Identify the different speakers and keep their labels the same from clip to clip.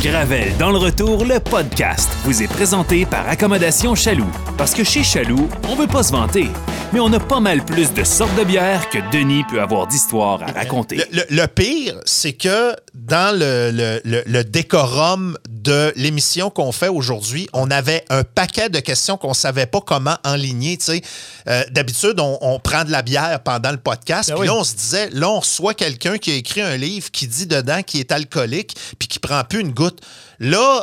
Speaker 1: Gravel dans le retour, le podcast, vous est présenté par Accommodation Chaloux. Parce que chez Chaloux, on veut pas se vanter, mais on a pas mal plus de sortes de bières que Denis peut avoir d'histoires à raconter.
Speaker 2: Le pire, c'est que dans le décorum de l'émission qu'on fait aujourd'hui, on avait un paquet de questions qu'on savait pas comment enligner. D'habitude, on prend de la bière pendant le podcast, puis là, on se disait, là, on reçoit quelqu'un qui a écrit un livre qui dit dedans qu'il est alcoolique puis qui prend plus une goutte. Là,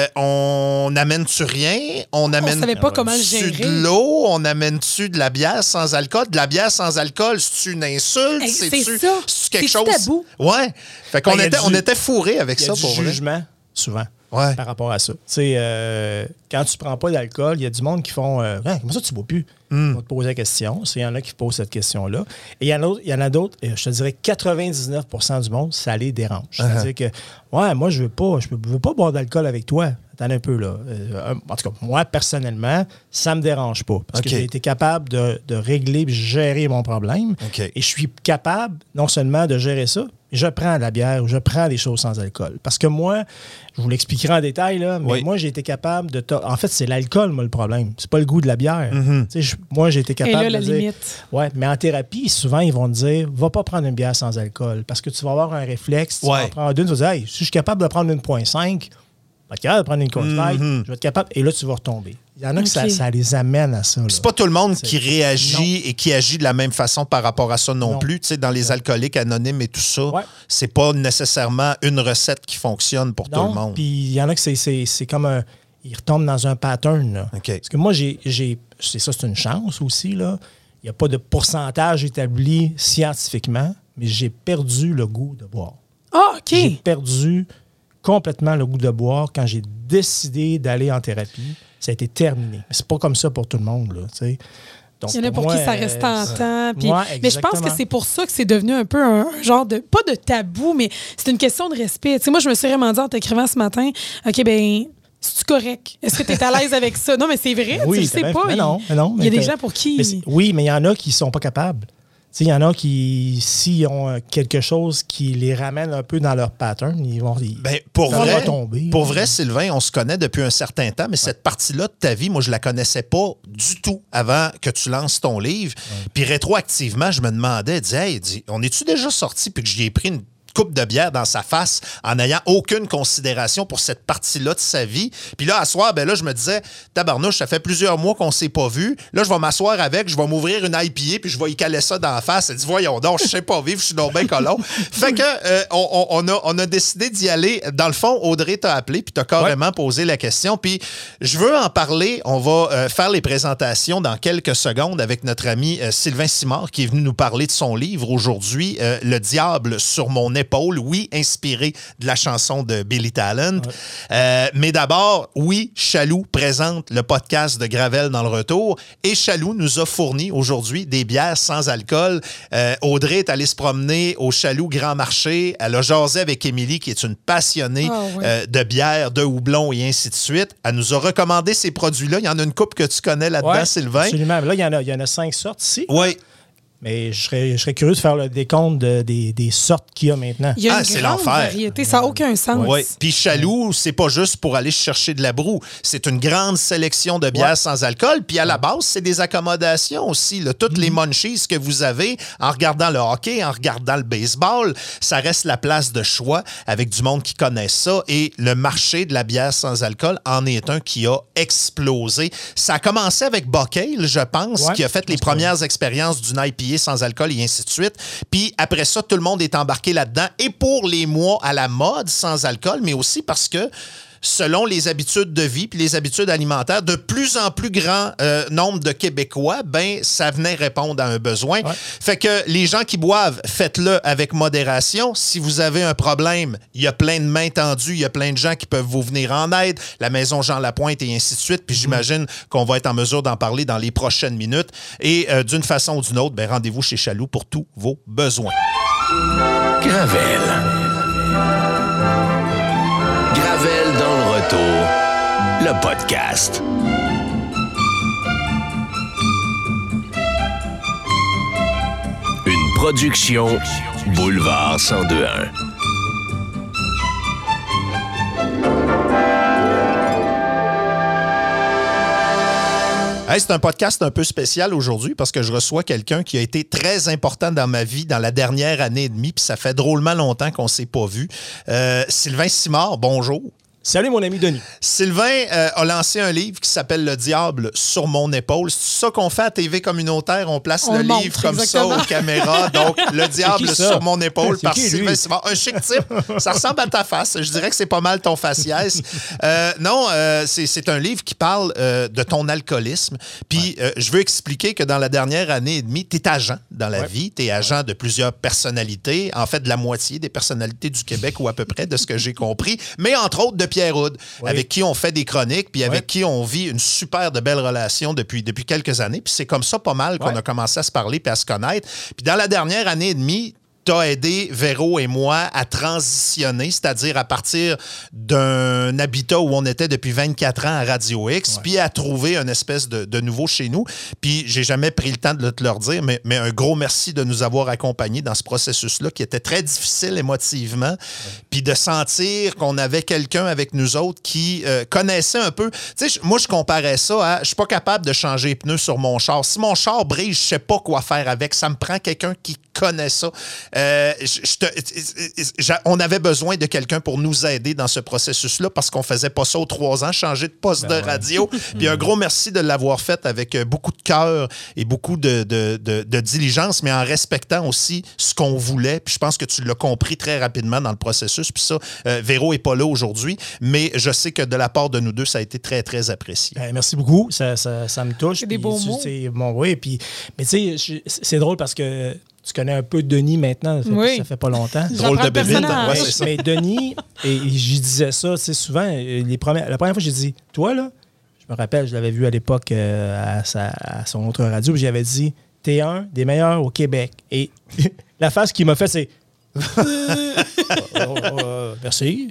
Speaker 2: on n'amène-tu rien? On savait pas comment le gérer. De l'eau? On amène-tu de la bière sans alcool? De la bière sans alcool, c'est-tu une insulte?
Speaker 3: C'est ça.
Speaker 2: C'est quelque chose?
Speaker 3: Tabou?
Speaker 2: Ouais. Fait qu'on on était fourrés avec ça pour vrai.
Speaker 4: Il y a du jugement, souvent, par rapport à ça. Tu sais, quand tu prends pas d'alcool, il y a du monde qui font comment ça, tu bois plus? On va te poser la question. Il y en a qui posent cette question-là. Et il y en a d'autres, je te dirais 99% du monde, ça les dérange. C'est-à-dire que, moi, je veux pas boire d'alcool avec toi. Attends un peu, là. En tout cas, moi, personnellement, ça me dérange pas. Parce que j'ai été capable de régler et gérer mon problème. Et je suis capable, non seulement de gérer ça, je prends de la bière ou je prends des choses sans alcool. Parce que moi, je vous l'expliquerai en détail, là, mais moi, j'ai été capable de... En fait, c'est l'alcool, moi, le problème. C'est pas le goût de la bière. Moi, j'ai été capable de dire...
Speaker 3: Limite.
Speaker 4: Ouais, mais en thérapie, souvent, ils vont te dire, va pas prendre une bière sans alcool. Parce que tu vas avoir un réflexe. Tu vas en prendre une, tu vas dire, hey, si je suis capable de prendre une 1,5, je vais être capable de prendre une Coors Light, je vais être capable... Et là, tu vas retomber. Il y en a que ça les amène à ça.
Speaker 2: C'est pas tout le monde qui réagit et qui agit de la même façon par rapport à ça non plus. Tu sais, dans les alcooliques anonymes et tout ça, c'est pas nécessairement une recette qui fonctionne pour tout le monde.
Speaker 4: Puis il y en a que c'est comme un... Ils retombent dans un pattern. Là. Parce que moi, c'est une chance aussi. Là. Il n'y a pas de pourcentage établi scientifiquement, mais j'ai perdu le goût de boire.
Speaker 3: Ah, OK.
Speaker 4: J'ai perdu complètement le goût de boire quand j'ai décidé d'aller en thérapie. Ça a été terminé. Mais c'est pas comme ça pour tout le monde, là, tu sais. Donc,
Speaker 3: il y en a pour qui ça reste en temps. Puis, mais je pense que c'est pour ça que c'est devenu un peu un genre de... Pas de tabou, mais c'est une question de respect. Tu sais, moi, je me suis vraiment dit en t'écrivant ce matin, OK, ben c'est-tu correct? Est-ce que tu es à l'aise avec ça? Non, mais c'est vrai, tu le sais pas.
Speaker 4: Mais non.
Speaker 3: Il y a des gens pour qui...
Speaker 4: Oui, mais il y en a qui sont pas capables. Il y en a qui, s'ils ont quelque chose qui les ramène un peu dans leur pattern, ils vont retomber.
Speaker 2: Pour vrai, Sylvain, on se connaît depuis un certain temps, mais cette partie-là de ta vie, moi, je la connaissais pas du tout avant que tu lances ton livre. Puis rétroactivement, je me demandais, on est-tu déjà sorti puis que j'y ai pris une coupe de bière dans sa face en n'ayant aucune considération pour cette partie-là de sa vie. Puis là, à soir, là, je me disais, tabarnouche, ça fait plusieurs mois qu'on s'est pas vu. Là, je vais m'asseoir avec, je vais m'ouvrir une IPA, puis je vais y caler ça dans la face. Elle dit, voyons donc, je sais pas vivre, je suis donc bien colon. Fait que, on a décidé d'y aller. Dans le fond, Audrey t'a appelé, puis t'as carrément posé la question. Puis je veux en parler. On va faire les présentations dans quelques secondes avec notre ami Sylvain Simard, qui est venu nous parler de son livre aujourd'hui, Le diable sur mon épaule, inspiré de la chanson de Billy Talent. Mais d'abord, Chaloux présente le podcast de Gravel dans le retour et Chaloux nous a fourni aujourd'hui des bières sans alcool. Audrey est allée se promener au Chaloux Grand Marché. Elle a jasé avec Émilie, qui est une passionnée de bière, de houblon et ainsi de suite. Elle nous a recommandé ces produits-là. Il y en a une coupe que tu connais là-dedans, Sylvain.
Speaker 4: Absolument. Là, il y en a 5 sortes ici.
Speaker 2: Oui.
Speaker 4: Mais je serais curieux de faire le décompte des sortes qu'il y a maintenant.
Speaker 3: Il y a une grande variété, ça n'a aucun sens.
Speaker 2: Oui. Puis Chaloux, c'est pas juste pour aller chercher de la broue. C'est une grande sélection de bières sans alcool. Puis à la base, c'est des accommodations aussi. Là. Toutes les munchies que vous avez en regardant le hockey, en regardant le baseball, ça reste la place de choix avec du monde qui connaît ça. Et le marché de la bière sans alcool en est un qui a explosé. Ça a commencé avec Buckale, je pense, qui a fait les premières expériences d'une IPA sans alcool et ainsi de suite. Puis après ça, tout le monde est embarqué là-dedans. Et pour les mois à la mode sans alcool, mais aussi parce que selon les habitudes de vie puis les habitudes alimentaires, de plus en plus grand nombre de Québécois, ça venait répondre à un besoin. Fait que les gens qui boivent, faites-le avec modération. Si vous avez un problème, il y a plein de mains tendues, il y a plein de gens qui peuvent vous venir en aide, la Maison Jean Lapointe et ainsi de suite. Puis j'imagine qu'on va être en mesure d'en parler dans les prochaines minutes. Et d'une façon ou d'une autre, rendez-vous chez Chaloux pour tous vos besoins.
Speaker 1: Gravel dans le retour, le podcast. Une production Boulevard 1021.
Speaker 2: Hey, c'est un podcast un peu spécial aujourd'hui parce que je reçois quelqu'un qui a été très important dans ma vie dans la dernière année et demie, puis ça fait drôlement longtemps qu'on ne s'est pas vu. Sylvain Simard, bonjour.
Speaker 4: Salut, mon ami Denis.
Speaker 2: Sylvain a lancé un livre qui s'appelle « Le diable sur mon épaule ». C'est ça qu'on fait à TV communautaire. On place le livre comme ça aux caméras. Donc, « Le diable sur mon épaule » par Sylvain Simard. Un chic type. Ça ressemble à ta face. Je dirais que c'est pas mal ton faciès. C'est un livre qui parle de ton alcoolisme. Puis, je veux expliquer que dans la dernière année et demie, tu es agent dans la vie. Tu es agent de plusieurs personnalités. En fait, de la moitié des personnalités du Québec ou à peu près, de ce que j'ai compris. Mais entre autres, de Pierre Houd, avec qui on fait des chroniques, puis avec qui on vit une super de belle relation depuis quelques années. Puis c'est comme ça pas mal qu'on a commencé à se parler puis à se connaître. Puis dans la dernière année et demie, t'as aidé Véro et moi à transitionner, c'est-à-dire à partir d'un habitat où on était depuis 24 ans à Radio X, puis à trouver une espèce de nouveau chez nous. Puis j'ai jamais pris le temps de te leur dire, mais un gros merci de nous avoir accompagnés dans ce processus-là qui était très difficile émotivement, puis de sentir qu'on avait quelqu'un avec nous autres qui connaissait un peu. Tu sais, moi, je comparais ça à, je suis pas capable de changer les pneus sur mon char. Si mon char brise, je sais pas quoi faire avec. Ça me prend quelqu'un qui connaît ça. On avait besoin de quelqu'un pour nous aider dans ce processus-là parce qu'on faisait pas ça aux 3 ans, changer de poste de radio. Puis un gros merci de l'avoir fait avec beaucoup de cœur et beaucoup de diligence, mais en respectant aussi ce qu'on voulait. Puis je pense que tu l'as compris très rapidement dans le processus. Puis ça, Véro n'est pas là aujourd'hui, mais je sais que de la part de nous deux, ça a été très, très apprécié.
Speaker 4: Merci beaucoup. Ça me touche.
Speaker 3: C'est des beaux mots.
Speaker 4: Oui, puis, mais tu sais, c'est drôle parce que tu connais un peu Denis maintenant, ça fait pas longtemps.
Speaker 2: Drôle de bébé.
Speaker 4: Mais Denis, et j'y disais ça, tu sais, souvent, la première fois, j'ai dit, toi, là, je me rappelle, je l'avais vu à l'époque à son autre radio, puis j'avais dit, t'es un des meilleurs au Québec. Et la face qu'il m'a fait, c'est... merci.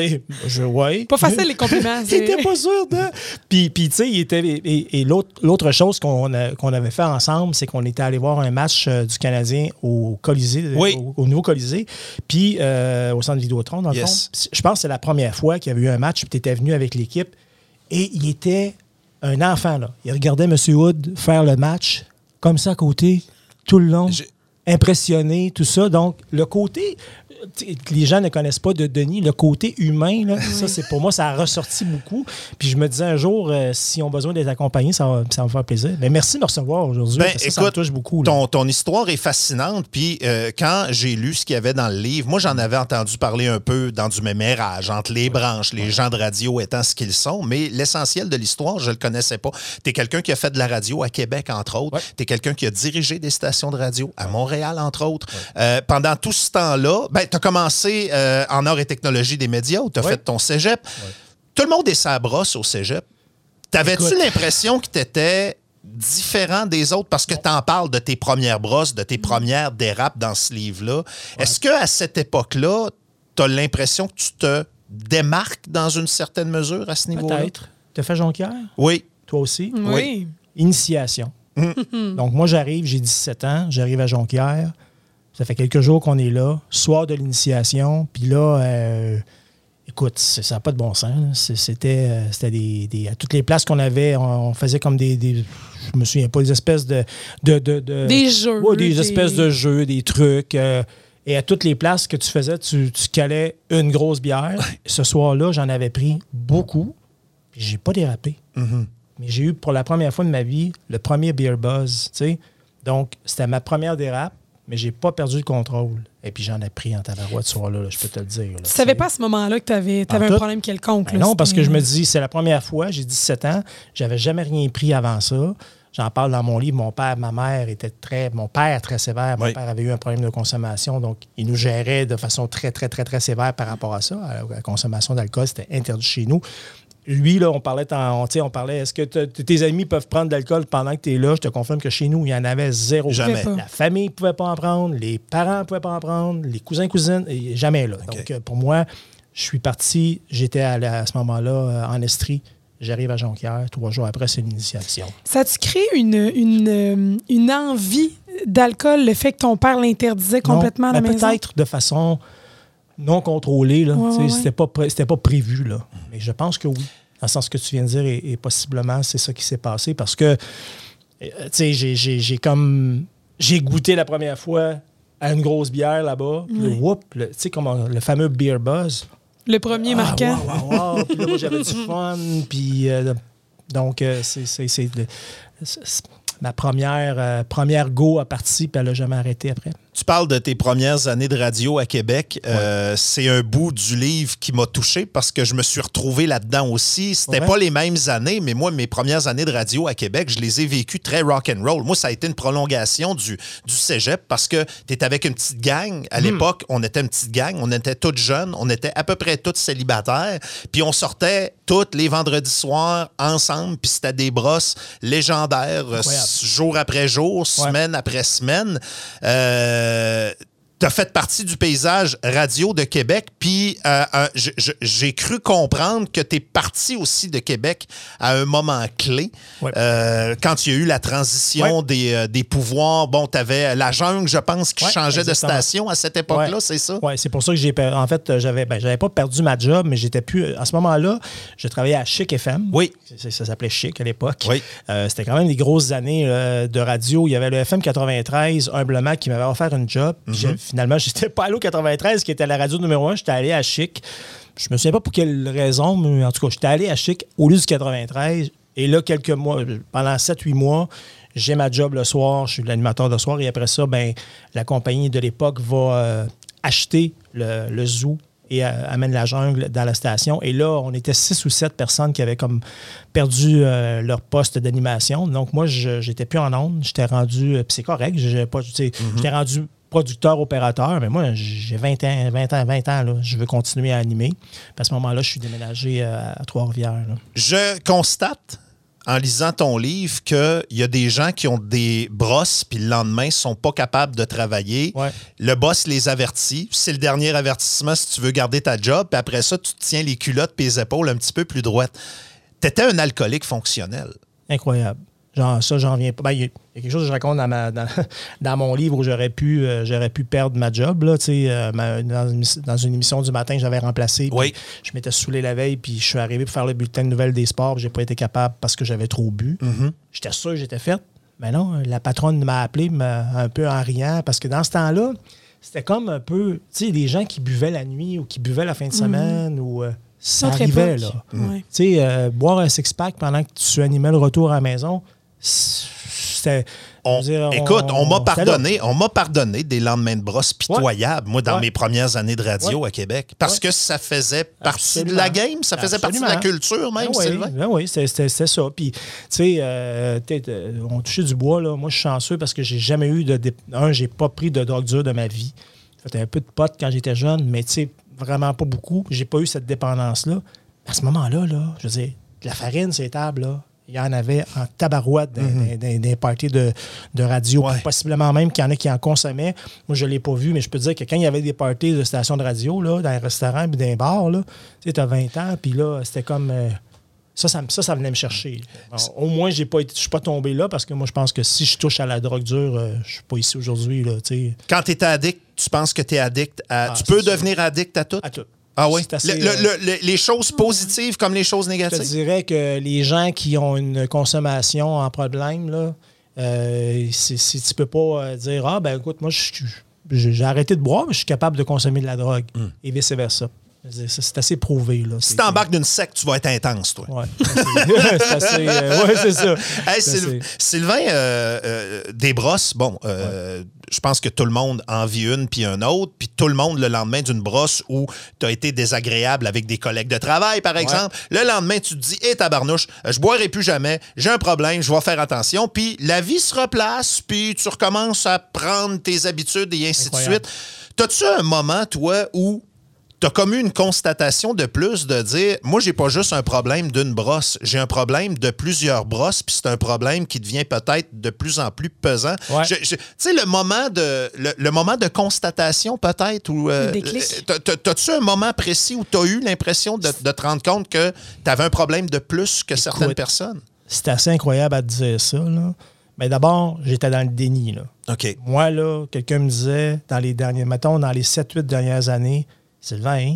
Speaker 3: Pas facile les compliments.
Speaker 4: Il était pas sûr de. Puis tu sais, il était. Et l'autre chose qu'on avait fait ensemble, c'est qu'on était allé voir un match du Canadien au Colisée, au nouveau Colisée, puis au centre Vidéotron, dans le fond. Je pense que c'est la première fois qu'il y avait eu un match, puis tu étais venu avec l'équipe. Et il était un enfant, là. Il regardait M. Hood faire le match, comme ça à côté, tout le long. Impressionné, tout ça. Donc, le côté, les gens ne connaissent pas de Denis, le côté humain, là, ça, c'est pour moi, ça a ressorti beaucoup. Puis je me disais un jour, s'ils ont besoin d'être accompagnés, ça va me faire plaisir. Mais merci de me recevoir aujourd'hui. Écoute, ça me touche beaucoup.
Speaker 2: Ton histoire est fascinante. Puis quand j'ai lu ce qu'il y avait dans le livre, moi, j'en avais entendu parler un peu dans du mémérage, entre les branches, les gens de radio étant ce qu'ils sont. Mais l'essentiel de l'histoire, je ne le connaissais pas. Tu es quelqu'un qui a fait de la radio à Québec, entre autres. Tu es quelqu'un qui a dirigé des stations de radio à Montréal, entre autres. Pendant tout ce temps-là, tu as commencé en arts et technologies des médias, où tu as fait ton cégep. Tout le monde est sa brosse au cégep. T'avais-tu l'impression que tu étais différent des autres parce que tu en parles de tes premières brosses, de tes premières dérapes dans ce livre-là? Est-ce qu'à cette époque-là, tu as l'impression que tu te démarques dans une certaine mesure à ce niveau-là?
Speaker 4: Peut-être. Tu as fait Jonquière?
Speaker 2: Oui.
Speaker 4: Toi aussi?
Speaker 3: Oui.
Speaker 4: Initiation. Donc, moi, j'ai 17 ans, j'arrive à Jonquière. Ça fait quelques jours qu'on est là, soir de l'initiation. Puis là, écoute, ça n'a pas de bon sens. C'était à toutes les places qu'on avait, on faisait comme je me souviens pas, des espèces de
Speaker 3: des jeux.
Speaker 4: Ouais, des espèces de jeux, des trucs. Et à toutes les places que tu faisais, tu calais une grosse bière. Ce soir-là, j'en avais pris beaucoup. Puis j'ai pas dérapé. Mais j'ai eu pour la première fois de ma vie le premier beer buzz. T'sais. Donc, c'était ma première dérape. Mais j'ai pas perdu le contrôle. Et puis j'en ai pris en tabarouette ce soir-là, je peux te le dire. Là,
Speaker 3: tu savais pas à ce moment-là que tu avais un problème quelconque? Là,
Speaker 4: non, parce que je me dis, c'est la première fois, j'ai 17 ans, j'avais jamais rien pris avant ça. J'en parle dans mon livre. Mon père, ma mère mon père très sévère. Mon père avait eu un problème de consommation, donc il nous gérait de façon très, très, très, très sévère par rapport à ça. À la consommation d'alcool, c'était interdit chez nous. Lui, là, on parlait, est-ce que tes amis peuvent prendre de l'alcool pendant que tu es là? Je te confirme que chez nous, il y en avait zéro.
Speaker 2: Jamais.
Speaker 4: La famille ne pouvait pas en prendre, les parents ne pouvaient pas en prendre, les cousins, cousines, jamais là. Okay. Donc, pour moi, je suis parti, j'étais à ce moment-là en Estrie. J'arrive à Jonquière, 3 jours après, c'est l'initiation.
Speaker 3: Ça a-tu créé une envie d'alcool, le fait que ton père l'interdisait complètement à la maison?
Speaker 4: Peut-être de façon non contrôlée. Là. C'était pas prévu. Là. Mais je pense que oui. dans le sens que tu viens de dire, et possiblement, c'est ça qui s'est passé. Parce que, tu sais, j'ai goûté la première fois à une grosse bière là-bas. Puis tu sais, comme le fameux beer buzz.
Speaker 3: Le premier marquant.
Speaker 4: Wow. Puis là, moi, j'avais du fun. Puis, donc, c'est ma première go à partie, puis elle n'a jamais arrêté après.
Speaker 2: Tu parles de tes premières années de radio à Québec. C'est un bout du livre qui m'a touché parce que je me suis retrouvé là-dedans aussi. C'était pas les mêmes années, mais moi, mes premières années de radio à Québec, je les ai vécues très rock'n'roll. Moi, ça a été une prolongation du cégep parce que tu étais avec une petite gang. À l'époque, on était une petite gang. On était tous jeunes. On était à peu près tous célibataires. Puis on sortait tous les vendredis soirs ensemble. Puis c'était des brosses légendaires, jour après jour, semaine après semaine. Tu as fait partie du paysage radio de Québec, puis j'ai cru comprendre que tu es parti aussi de Québec à un moment clé. Quand il y a eu la transition des pouvoirs. Bon, tu avais La Jungle, je pense, qui changeait de station à cette époque-là, c'est ça?
Speaker 4: Oui, c'est pour ça que en fait, j'avais pas perdu ma job, mais j'étais plus... À ce moment-là, je travaillais à Chic FM.
Speaker 2: Oui.
Speaker 4: Ça s'appelait Chic à l'époque.
Speaker 2: Oui.
Speaker 4: C'était quand même des grosses années de radio. Il y avait le FM 93, humblement, qui m'avait offert une job. Finalement, j'étais pas allé au 93, qui était la radio numéro 1. J'étais allé à Chic. Je me souviens pas pour quelle raison, mais en tout cas, j'étais allé à Chic au lieu du 93. Et là, quelques mois, pendant 7-8 mois, j'ai ma job le soir. Je suis l'animateur de soir. Et après ça, la compagnie de l'époque va acheter le zoo et amène La Jungle dans la station. Et là, on était 6 ou 7 personnes qui avaient comme perdu leur poste d'animation. Donc, moi, j'étais plus en onde. J'étais rendu... Puis c'est correct. J'étais rendu producteur-opérateur, mais moi, j'ai 20 ans, là. Je veux continuer à animer. Puis à ce moment-là, je suis déménagé à Trois-Rivières. Là.
Speaker 2: Je constate, en lisant ton livre, qu'il y a des gens qui ont des brosses, puis le lendemain, ne sont pas capables de travailler. Le boss les avertit. C'est le dernier avertissement si tu veux garder ta job. Puis après ça, tu te tiens les culottes et les épaules un petit peu plus droites. Tu étais un alcoolique fonctionnel.
Speaker 4: Incroyable. Genre, ça, j'en viens pas. Il y a quelque chose que je raconte dans mon livre où j'aurais pu perdre ma job. Là, dans une émission du matin, j'avais remplacé. Je m'étais saoulé la veille, puis je suis arrivé pour faire le bulletin de nouvelles des sports. J'ai pas été capable parce que j'avais trop bu. J'étais sûr que j'étais faite. Mais non, la patronne m'a appelé un peu en riant parce que dans ce temps-là, c'était comme un peu, tu sais, des gens qui buvaient la nuit ou qui buvaient la fin de semaine ou... ça arrivait, là. Tu sais, boire un six-pack pendant que tu animais le retour à la maison... Écoute,
Speaker 2: on m'a pardonné des lendemains de brosse pitoyables, moi, dans mes premières années de radio à Québec, parce que ça faisait partie de la game, ça faisait partie de la culture même, Sylvain.
Speaker 4: Oui, c'était ça. Puis, tu sais, on touchait du bois, là. Moi, je suis chanceux parce que j'ai jamais eu j'ai pas pris de drogue dure de ma vie. J'ai fait un peu de pot quand j'étais jeune, mais tu sais, vraiment pas beaucoup. J'ai pas eu cette dépendance-là. À ce moment-là, je veux dire, de la farine, ces tables, là. Il y en avait en tabarouette des parties de radio, possiblement même qu'il y en a qui en consommaient. Moi, je ne l'ai pas vu, mais je peux te dire que quand il y avait des parties de stations de radio, là, dans les restaurants et dans les bars, tu sais, tu as 20 ans, puis là, c'était comme... Ça venait me chercher. Alors, au moins, je ne suis pas tombé là, parce que moi, je pense que si je touche à la drogue dure, je ne suis pas ici aujourd'hui. Là,
Speaker 2: quand tu étais addict, tu penses que tu es addict à... tu peux devenir addict à tout?
Speaker 4: À tout.
Speaker 2: Ah oui? Les choses positives comme les choses négatives?
Speaker 4: Je te dirais que les gens qui ont une consommation en problème, là, si tu peux pas dire « Ah, ben écoute, moi, j'ai arrêté de boire, mais je suis capable de consommer de la drogue. Et vice-versa. C'est assez prouvé. Là.
Speaker 2: Si t'embarques d'une secte, tu vas être intense, toi.
Speaker 4: Oui, c'est assez... c'est ça.
Speaker 2: Hey, Sylvain, des brosses, bon, je pense que tout le monde en vit une puis un autre, puis tout le monde le lendemain d'une brosse où tu as été désagréable avec des collègues de travail, par exemple. Le lendemain, tu te dis « Hé, tabarnouche, je boirai plus jamais, j'ai un problème, je vais faire attention. » Puis la vie se replace, puis tu recommences à prendre tes habitudes et ainsi de suite. T'as-tu un moment, toi, où tu as comme eu une constatation de plus de dire « Moi, j'ai pas juste un problème d'une brosse, j'ai un problème de plusieurs brosses, puis c'est un problème qui devient peut-être de plus en plus pesant. » Tu sais, le moment de constatation, peut-être, ou t'as-tu un moment précis où tu as eu l'impression de te rendre compte que tu avais un problème de plus que certaines personnes?
Speaker 4: C'est assez incroyable à te dire ça, là. Mais d'abord, j'étais dans le déni, là.
Speaker 2: OK.
Speaker 4: Moi, là, quelqu'un me disait, dans les 7-8 dernières années, « Sylvain,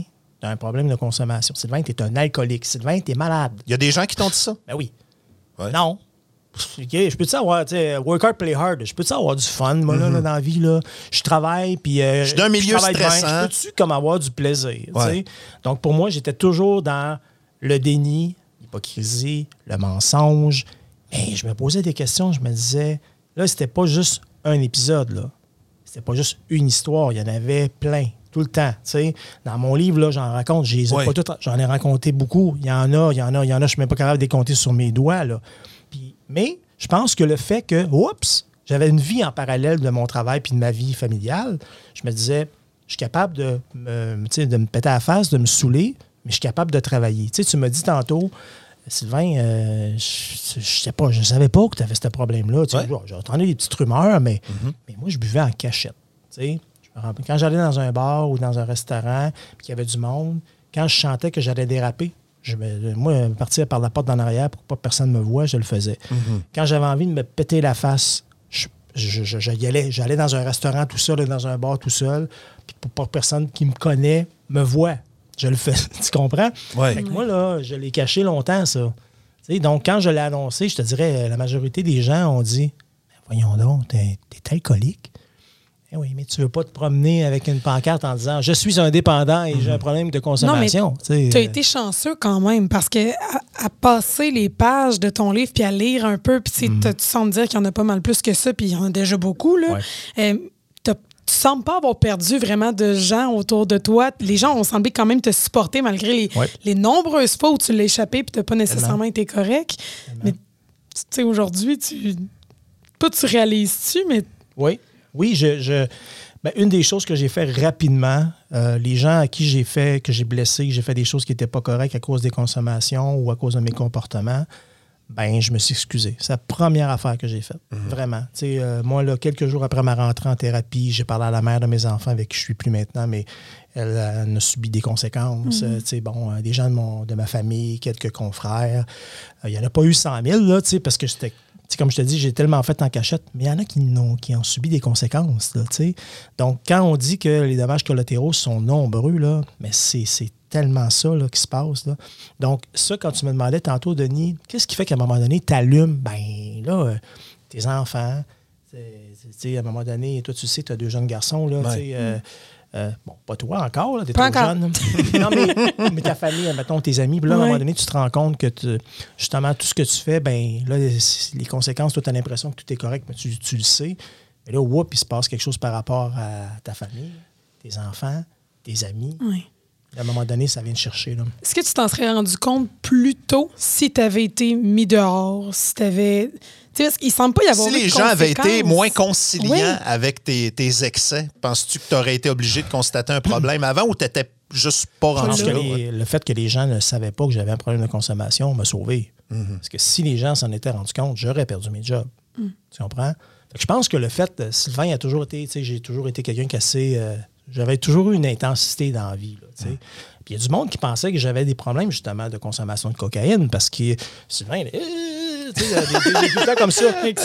Speaker 4: tu as un problème de consommation. Sylvain, tu es un alcoolique. Sylvain, tu es malade.
Speaker 2: Il y a des gens qui t'ont dit ça?
Speaker 4: Ben oui.
Speaker 2: Ouais.
Speaker 4: Non. Okay, je peux-tu avoir, work hard, play hard. Je peux-tu avoir du fun, moi, là, dans la vie, là? Je travaille, puis je
Speaker 2: suis d'un milieu stressant.
Speaker 4: Je peux-tu comme avoir du plaisir, ouais. Donc, pour moi, j'étais toujours dans le déni, l'hypocrisie, le mensonge. Mais je me posais des questions, je me disais, là, c'était pas juste un épisode, là. C'était pas juste une histoire, il y en avait plein, tout le temps, tu sais. Dans mon livre, là, j'en raconte, pas toutes, j'en ai raconté beaucoup. Il y en a, je suis même pas capable de les compter sur mes doigts, là. Mais je pense que le fait que, j'avais une vie en parallèle de mon travail puis de ma vie familiale, je me disais, je suis capable de me péter à la face, de me saouler, mais je suis capable de travailler. Tu sais, tu m'as dit tantôt, Sylvain, je savais pas que tu avais ce problème-là. Tu sais, j'ai entendu des petites rumeurs, mais moi, je buvais en cachette. Tu sais, quand j'allais dans un bar ou dans un restaurant puis qu'il y avait du monde, quand je sentais que j'allais déraper, moi, partir par la porte d'en arrière pour pas que personne me voie, je le faisais. Quand j'avais envie de me péter la face, j'allais dans un restaurant tout seul, dans un bar tout seul, puis pour pas que personne qui me connaît me voie. Je le fais. Tu comprends?
Speaker 2: Ouais.
Speaker 4: Fait que moi, là, je l'ai caché longtemps, ça. T'sais, donc, quand je l'ai annoncé, je te dirais, la majorité des gens ont dit « Voyons donc, t'es alcoolique. » Eh oui, mais tu veux pas te promener avec une pancarte en disant « Je suis indépendant et j'ai un problème de consommation. »
Speaker 3: Tu as été chanceux quand même, parce que à passer les pages de ton livre puis à lire un peu, puis tu sens dire qu'il y en a pas mal plus que ça, puis il y en a déjà beaucoup, là. Tu sembles pas avoir perdu vraiment de gens autour de toi. Les gens ont semblé quand même te supporter malgré les nombreuses fois où tu l'as échappé et tu n'as pas nécessairement été correct. Mais tu sais, aujourd'hui, tu réalises-tu, mais...
Speaker 4: Oui, une des choses que j'ai fait rapidement, les gens à qui que j'ai blessé, que j'ai fait des choses qui n'étaient pas correctes à cause des consommations ou à cause de mes comportements, je me suis excusé. C'est la première affaire que j'ai faite. Vraiment. Moi, là, quelques jours après ma rentrée en thérapie, j'ai parlé à la mère de mes enfants avec qui je ne suis plus maintenant, mais elle a subi des conséquences. Des gens de ma famille, quelques confrères. Il n'y en a pas eu 100 000, là, parce que c'était... comme je te dis, j'ai tellement fait en cachette, mais il y en a qui ont subi des conséquences. Là, donc, quand on dit que les dommages collatéraux sont nombreux, là, mais c'est tellement ça là, qui se passe. Là. Donc, ça, quand tu me demandais tantôt, Denis, qu'est-ce qui fait qu'à un moment donné, tu allumes? Tes enfants, à un moment donné, toi, tu sais, tu as 2 jeunes garçons, là, pas toi encore, t'es trop jeune. Non, mais ta famille, mettons, tes amis, puis là, à un moment donné, tu te rends compte que justement, tout ce que tu fais, là, les conséquences, toi, tu as l'impression que tout est correct, mais tu le sais. Mais là, il se passe quelque chose par rapport à ta famille, tes enfants, tes amis.
Speaker 3: Oui.
Speaker 4: À un moment donné, ça vient te chercher. Là.
Speaker 3: Est-ce que tu t'en serais rendu compte plus tôt si tu avais été mis dehors, si tu avais... Il semble pas y avoir
Speaker 2: si les gens avaient été moins conciliants avec tes excès, penses-tu que tu aurais été obligé de constater un problème avant ou tu n'étais juste pas rendu là?
Speaker 4: Le fait que les gens ne savaient pas que j'avais un problème de consommation m'a sauvé. Parce que si les gens s'en étaient rendus compte, j'aurais perdu mes jobs. Tu comprends? Fait que je pense que le fait, Sylvain a toujours été, j'ai toujours été quelqu'un qui assez... j'avais toujours eu une intensité dans la vie. Là, puis il y a du monde qui pensait que j'avais des problèmes justement de consommation de cocaïne parce que Sylvain, des temps comme ça.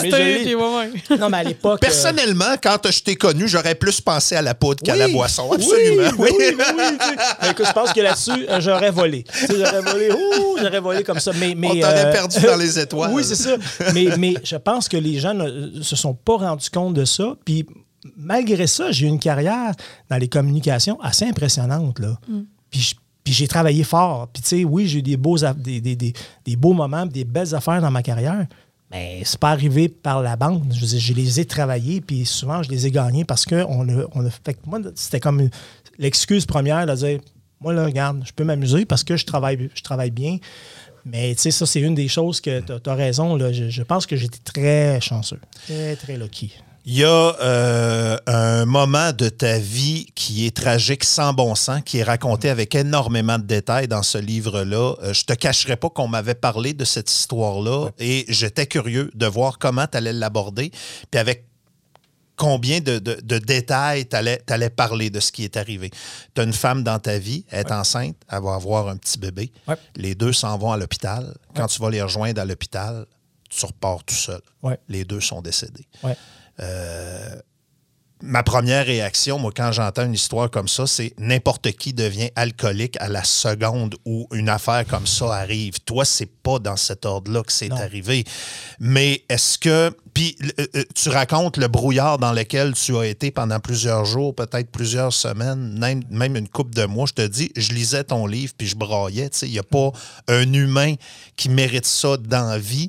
Speaker 4: Non, mais à l'époque...
Speaker 2: Personnellement, quand je t'ai connu, j'aurais plus pensé à la poudre qu'à la boisson. Absolument.
Speaker 4: Oui. Écoute, je pense que là-dessus, j'aurais volé. J'aurais volé comme ça. Mais,
Speaker 2: on t'aurait perdu dans les étoiles.
Speaker 4: Oui, c'est ça. Mais je pense que les gens ne se sont pas rendus compte de ça. Puis malgré ça, j'ai eu une carrière dans les communications assez impressionnante. Là. Puis j'ai travaillé fort. Puis tu sais, oui, j'ai eu des beaux moments, des belles affaires dans ma carrière. Mais c'est pas arrivé par la banque. Je veux dire, je les ai travaillés, puis souvent, je les ai gagnés parce que fait que moi, c'était comme l'excuse première de dire, moi, là, regarde, je peux m'amuser parce que je travaille bien. Mais tu sais, ça, c'est une des choses que tu as raison. Là, je pense que j'étais très chanceux. Très, très lucky.
Speaker 2: Il y a un moment de ta vie qui est tragique, sans bon sens, qui est raconté avec énormément de détails dans ce livre-là. Je te cacherai pas qu'on m'avait parlé de cette histoire-là et j'étais curieux de voir comment tu allais l'aborder, puis avec combien de détails tu allais parler de ce qui est arrivé. Tu as une femme dans ta vie, elle est enceinte, elle va avoir un petit bébé. Ouais. Les 2 s'en vont à l'hôpital. Quand tu vas les rejoindre à l'hôpital, tu repars tout seul. Ouais. Les 2 sont décédés. Ouais. ma première réaction, moi, quand j'entends une histoire comme ça, c'est n'importe qui devient alcoolique à la seconde où une affaire comme ça arrive. Toi, c'est pas dans cet ordre-là que c'est arrivé. Mais est-ce que... Puis, tu racontes le brouillard dans lequel tu as été pendant plusieurs jours, peut-être plusieurs semaines, même une couple de mois. Je te dis, je lisais ton livre puis je braillais. Il n'y a pas un humain qui mérite ça dans la vie.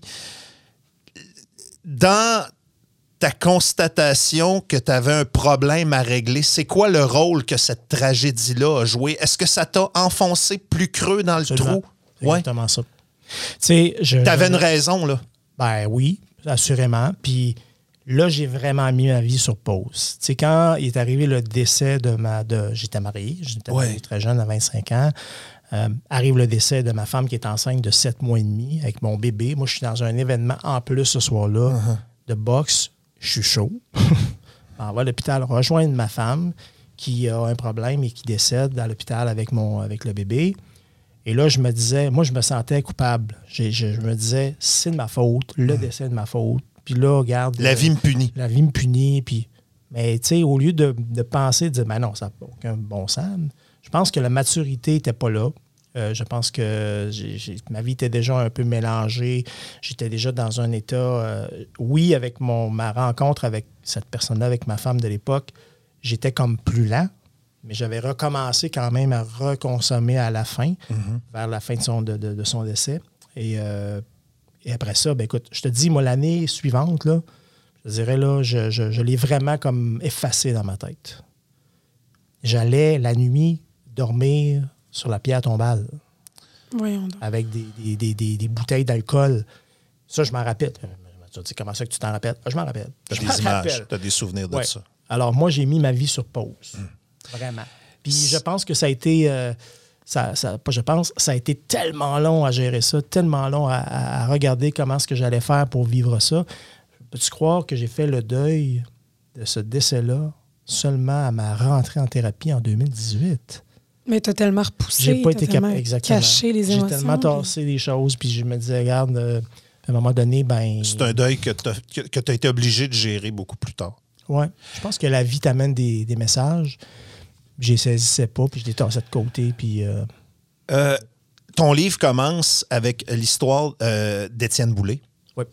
Speaker 2: Dans ta constatation que tu avais un problème à régler, c'est quoi le rôle que cette tragédie-là a joué? Est-ce que ça t'a enfoncé plus creux dans le trou?
Speaker 4: C'est exactement ça. Tu
Speaker 2: avais une raison, là?
Speaker 4: Ben oui, assurément. Puis là, j'ai vraiment mis ma vie sur pause. Tu sais, quand il est arrivé le décès j'étais marié très jeune, à 25 ans. Arrive le décès de ma femme qui est enceinte de 7 mois et demi avec mon bébé. Moi, je suis dans un événement en plus ce soir-là de boxe. Je suis chaud. On va à l'hôpital rejoindre ma femme qui a un problème et qui décède à l'hôpital avec le bébé. Et là, je me disais, moi, je me sentais coupable. Je me disais, c'est de ma faute, le décès est de ma faute. Puis là, regarde...
Speaker 2: La vie me punit.
Speaker 4: La vie me punit. Puis, mais tu sais, au lieu de penser, de dire, ben non, ça n'a aucun bon sens, je pense que la maturité n'était pas là. Je pense que ma vie était déjà un peu mélangée. J'étais déjà dans un état... oui, avec ma rencontre avec cette personne-là, avec ma femme de l'époque, j'étais comme plus lent, mais j'avais recommencé quand même à reconsommer à la fin, vers la fin de son décès. Et après ça, ben écoute, je te dis, moi, l'année suivante, là, je dirais, là, je l'ai vraiment comme effacé dans ma tête. J'allais, la nuit, dormir sur la pierre tombale.
Speaker 3: Voyons donc.
Speaker 4: Avec des bouteilles d'alcool. Ça, je m'en rappelle. Tu dis, comment ça que tu t'en rappelles? Je m'en rappelle.
Speaker 2: Tu as des images, tu as des souvenirs de ça.
Speaker 4: Alors, moi, j'ai mis ma vie sur pause. Vraiment. Puis je pense que ça a été... ça a été tellement long à gérer ça, tellement long à regarder comment est-ce que j'allais faire pour vivre ça. Peux-tu croire que j'ai fait le deuil de ce décès-là seulement à ma rentrée en thérapie en 2018?
Speaker 3: Mais tu as tellement repoussé,
Speaker 4: j'ai pas été
Speaker 3: caché les émotions.
Speaker 4: J'ai tellement tassé les choses, puis je me disais, regarde, à un moment donné, ben...
Speaker 2: C'est un deuil que tu as été obligé de gérer beaucoup plus tard.
Speaker 4: Oui. Je pense que la vie t'amène des messages. Je les saisissais pas, puis je les tassais de côté, puis...
Speaker 2: Ton livre commence avec l'histoire d'Étienne Boulay.
Speaker 4: Oui.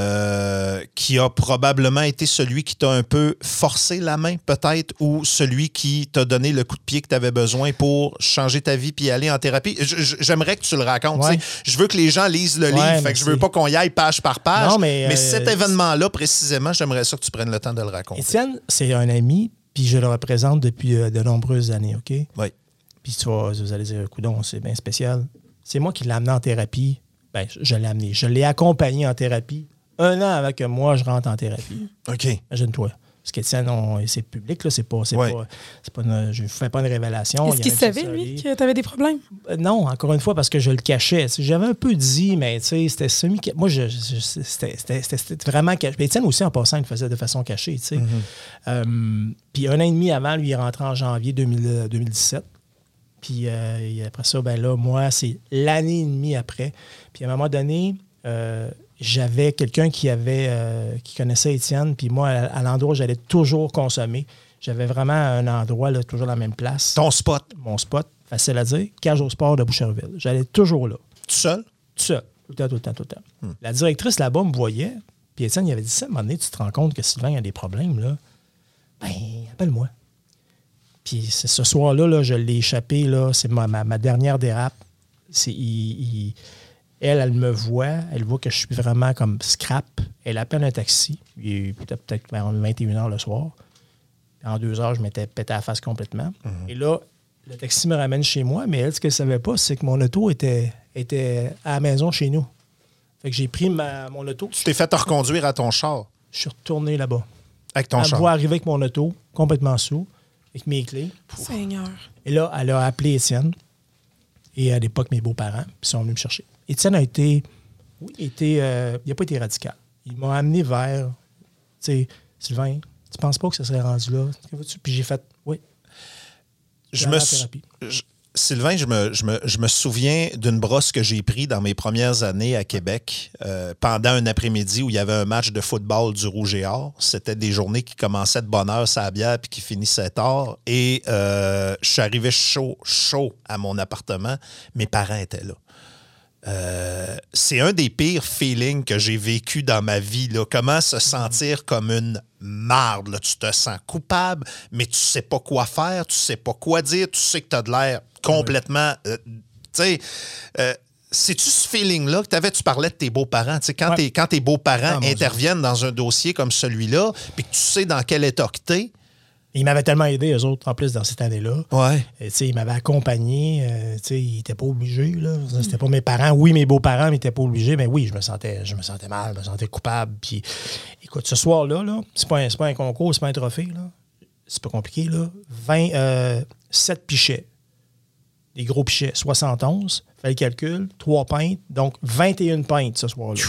Speaker 2: Qui a probablement été celui qui t'a un peu forcé la main, peut-être, ou celui qui t'a donné le coup de pied que tu avais besoin pour changer ta vie puis aller en thérapie. J'aimerais que tu le racontes. Ouais. Je veux que les gens lisent le livre, fait que je veux pas qu'on y aille page par page. Non, mais cet événement-là, précisément, j'aimerais ça que tu prennes le temps de le raconter.
Speaker 4: Étienne, c'est un ami, puis je le représente depuis de nombreuses années, OK?
Speaker 2: Oui.
Speaker 4: Puis vous allez dire, coudonc, c'est bien spécial. C'est moi qui l'ai amené en thérapie. Ben, je l'ai amené. Je l'ai accompagné en thérapie 1 an avant que moi, je rentre en thérapie.
Speaker 2: OK.
Speaker 4: Imagine-toi. Parce qu'Étienne, c'est public, là, je ne fais pas une révélation.
Speaker 3: Est-ce qu'il savait, lui, que tu avais des problèmes?
Speaker 4: Non, encore une fois, parce que je le cachais. J'avais un peu dit, mais c'était semi... Moi, c'était vraiment caché. Étienne aussi, en passant, il le faisait de façon cachée. Puis 1 an et demi avant, lui, il est rentré en janvier 2017. Puis après ça, ben là, moi, c'est l'année et demie après. Puis à un moment donné... j'avais quelqu'un qui connaissait Étienne, puis moi, à l'endroit où j'allais toujours consommer, j'avais vraiment un endroit, là, toujours la même place.
Speaker 2: Ton spot?
Speaker 4: Mon spot, facile à dire, Cage au sport de Boucherville. J'allais toujours là.
Speaker 2: Tout seul?
Speaker 4: Tout seul. Tout le temps. La directrice là-bas me voyait, puis Étienne, il avait dit ça, à un moment donné, tu te rends compte que Sylvain a des problèmes, là? Ben, appelle-moi. Puis ce soir-là, là, je l'ai échappé, là, c'est ma dernière dérape. Elle me voit, elle voit que je suis vraiment comme scrap. Elle appelle un taxi. Il est peut-être vers 21h le soir. En 2 heures, je m'étais pété la face complètement. Et là, le taxi me ramène chez moi, mais elle, ce qu'elle ne savait pas, c'est que mon auto était à la maison chez nous. Fait que j'ai pris mon auto.
Speaker 2: Tu t'es fait te reconduire à ton char?
Speaker 4: Je suis retourné là-bas.
Speaker 2: Avec ton char?
Speaker 4: Elle me voit arriver avec mon auto, complètement sous, avec mes clés.
Speaker 3: Seigneur.
Speaker 4: Et là, elle a appelé Étienne. Et à l'époque, mes beaux-parents, puis ils sont venus me chercher. Étienne a été... Oui, il n'a pas été radical. Il m'a amené vers... Tu sais, Sylvain, tu penses pas que ça serait rendu là? Puis j'ai fait... Oui.
Speaker 2: Sylvain, je me souviens d'une brosse que j'ai prise dans mes premières années à Québec pendant un après-midi où il y avait un match de football du Rouge et Or. C'était des journées qui commençaient de bonne heure sur la bière puis qui finissaient tard. Et je suis arrivé chaud à mon appartement. Mes parents étaient là. C'est un des pires feelings que j'ai vécu dans ma vie. Là. Comment se sentir comme une marde. Là. Tu te sens coupable, mais tu sais pas quoi faire, tu sais pas quoi dire, tu sais que tu as de l'air complètement... c'est-tu ce feeling-là que tu parlais de tes beaux-parents? Quand tes beaux-parents interviennent dans un dossier comme celui-là, puis que tu sais dans quel état que t'es.
Speaker 4: Ils m'avaient tellement aidé, eux autres, en plus, dans cette année-là.
Speaker 2: Ouais.
Speaker 4: Ils m'avaient accompagné. Ils n'étaient pas obligés. Là. C'était pas mes parents. Oui, mes beaux-parents, mais ils n'étaient pas obligés. Mais oui, je me sentais mal, je me sentais coupable. Puis, écoute, ce soir-là, c'est pas un concours, c'est pas un trophée. Là. C'est pas compliqué. Là. 7 pichets. Des gros pichets. 71. Fais le calcul. 3 pintes. Donc, 21 pintes ce soir-là.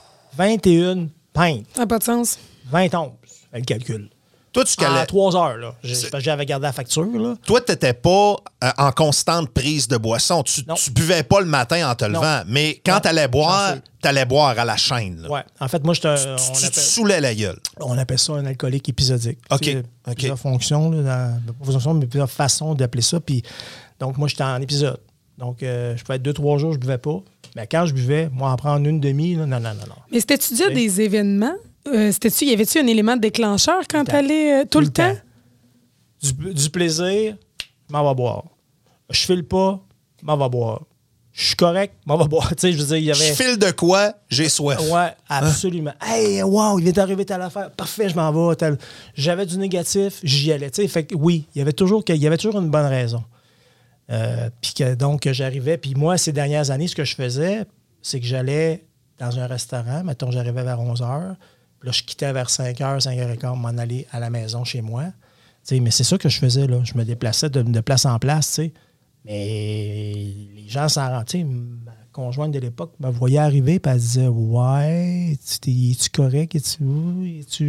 Speaker 4: 21 pintes.
Speaker 3: Ça n'a pas de sens.
Speaker 4: 20 onces. Fais le calcul.
Speaker 2: Toi, tu calais...
Speaker 4: À 3 heures, là. J'avais gardé la facture, là.
Speaker 2: Toi, tu n'étais pas en constante prise de boisson. Tu buvais pas le matin en te levant. Mais quand tu allais boire, tu allais boire à la chaîne.
Speaker 4: Oui. En fait, moi,
Speaker 2: tu te saoulais la gueule.
Speaker 4: On appelle ça un alcoolique épisodique.
Speaker 2: OK.
Speaker 4: Plusieurs fonctions, mais plusieurs façons d'appeler ça. Puis, donc, moi, j'étais en épisode. Donc, je pouvais être 2-3 jours, je buvais pas. Mais quand je buvais, moi, en prendre une demi, là, non.
Speaker 3: Mais c'était-tu déjà des événements? Y avait-tu un élément déclencheur quand t'allais tout le temps?
Speaker 4: Du plaisir, m'en va boire. Je file pas, m'en va boire. Je suis correct, m'en va boire. Tu sais, je veux dire, il y avait...
Speaker 2: Je file de quoi? J'ai soif.
Speaker 4: Ouais, absolument. Hey, wow, il vient d'arriver telle affaire. Parfait, je m'en vais. J'avais du négatif, j'y allais. Tu sais, fait que oui, il y avait toujours une bonne raison. Puis donc, j'arrivais. Puis moi, ces dernières années, ce que je faisais, c'est que j'allais dans un restaurant. Mettons, j'arrivais vers 11h. Là, je quittais vers 5h, 5h15, m'en aller à la maison chez moi. T'sais, mais c'est ça que je faisais. Là. Je me déplaçais de place en place. T'sais. Mais les gens s'en rendaient. Ma conjointe de l'époque me voyait arriver et elle disait « Ouais, es-tu correct? Es-tu... »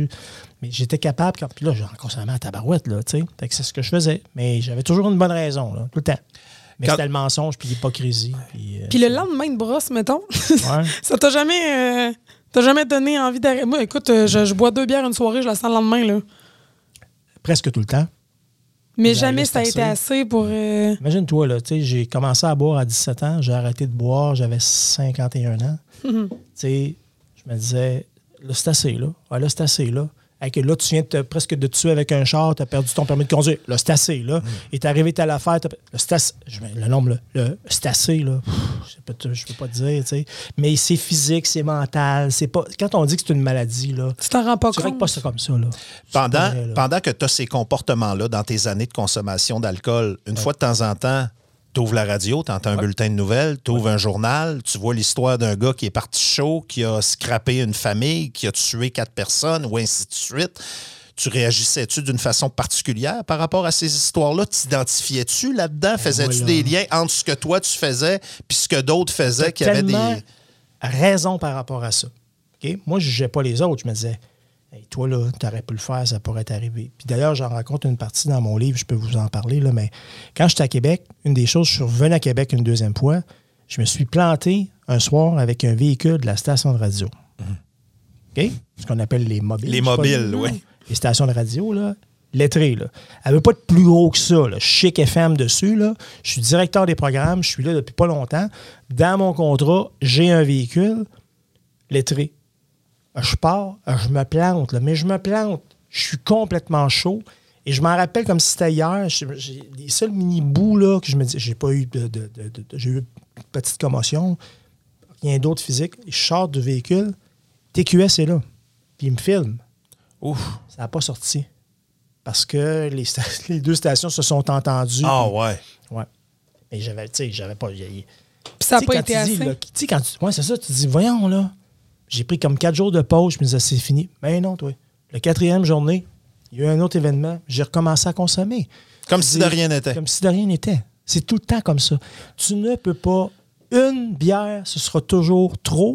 Speaker 4: Mais j'étais capable. Puis là, j'en consommais à tabarouette. Là, fait que c'est ce que je faisais. Mais j'avais toujours une bonne raison, là, tout le temps. Mais c'était le mensonge puis l'hypocrisie. Puis
Speaker 3: le lendemain de brosse, mettons,
Speaker 4: ouais.
Speaker 3: Ça t'a jamais... T'as jamais donné envie d'arrêter? Moi, écoute, je bois 2 bières une soirée, je la sens le lendemain, là.
Speaker 4: Presque tout le temps.
Speaker 3: Mais jamais ça a été assez pour...
Speaker 4: Imagine-toi, là, tu sais, j'ai commencé à boire à 17 ans, j'ai arrêté de boire, j'avais 51 ans. Tu sais, je me disais, là, c'est assez, là. Ouais, là, c'est assez, là. Là, tu viens presque de tuer avec un char, tu as perdu ton permis de conduire. Là, c'est assez, là. Et t'es arrivé à l'affaire, c'est assez. Le nombre, là, c'est assez, là. Je peux pas te dire, tu sais. Mais c'est physique, c'est mental. C'est pas... Quand on dit que c'est une maladie, là...
Speaker 3: Tu t'en rends pas compte.
Speaker 4: Tu règles pas ça comme ça, là.
Speaker 2: Pendant que tu as ces comportements-là dans tes années de consommation d'alcool, une fois de temps en temps, tu ouvres la radio, tu entends un bulletin de nouvelles, tu ouvres un journal, tu vois l'histoire d'un gars qui est parti chaud, qui a scrappé une famille, qui a tué 4 personnes, ou ainsi de suite. Tu réagissais-tu d'une façon particulière par rapport à ces histoires-là? T'identifiais-tu là-dedans? Faisais-tu des liens entre ce que toi, tu faisais puis ce que d'autres faisaient qui avaient des...
Speaker 4: raison par rapport à ça. Okay? Moi, je ne jugeais pas les autres. Je me disais, hey, toi, là, tu aurais pu le faire, ça pourrait t'arriver. Puis d'ailleurs, j'en raconte une partie dans mon livre, je peux vous en parler, là, mais quand j'étais à Québec, une des choses, je suis revenu à Québec une deuxième fois, je me suis planté un soir avec un véhicule de la station de radio. OK? Ce qu'on appelle les mobiles.
Speaker 2: Les mobiles, oui.
Speaker 4: Les stations de radio, là, lettrées, là. Elle veut pas être plus gros que ça, là. Chic FM dessus, là. Je suis directeur des programmes, je suis là depuis pas longtemps. Dans mon contrat, j'ai un véhicule lettré. Je pars, je me plante, là, mais je me plante. Je suis complètement chaud. Et je m'en rappelle comme si c'était hier. J'ai les seuls mini-bouts là, que je me dis, j'ai pas eu j'ai eu une petite commotion. Rien d'autre physique. Je sors du véhicule. TQS est là. Puis il me filme.
Speaker 2: Ouf.
Speaker 4: Ça n'a pas sorti. Parce que les 2 stations se sont entendues.
Speaker 2: Ah ouais.
Speaker 4: Ouais. Mais j'avais pas... Puis
Speaker 3: ça n'a pas été assez.
Speaker 4: Ouais, c'est ça. Tu te dis, voyons, là. J'ai pris comme 4 jours de pause. Je me disais, c'est fini. Mais non, toi. La 4e journée, il y a eu un autre événement. J'ai recommencé à consommer.
Speaker 2: Comme si de rien n'était.
Speaker 4: Comme si de rien n'était. C'est tout le temps comme ça. Tu ne peux pas... Une bière, ce sera toujours trop,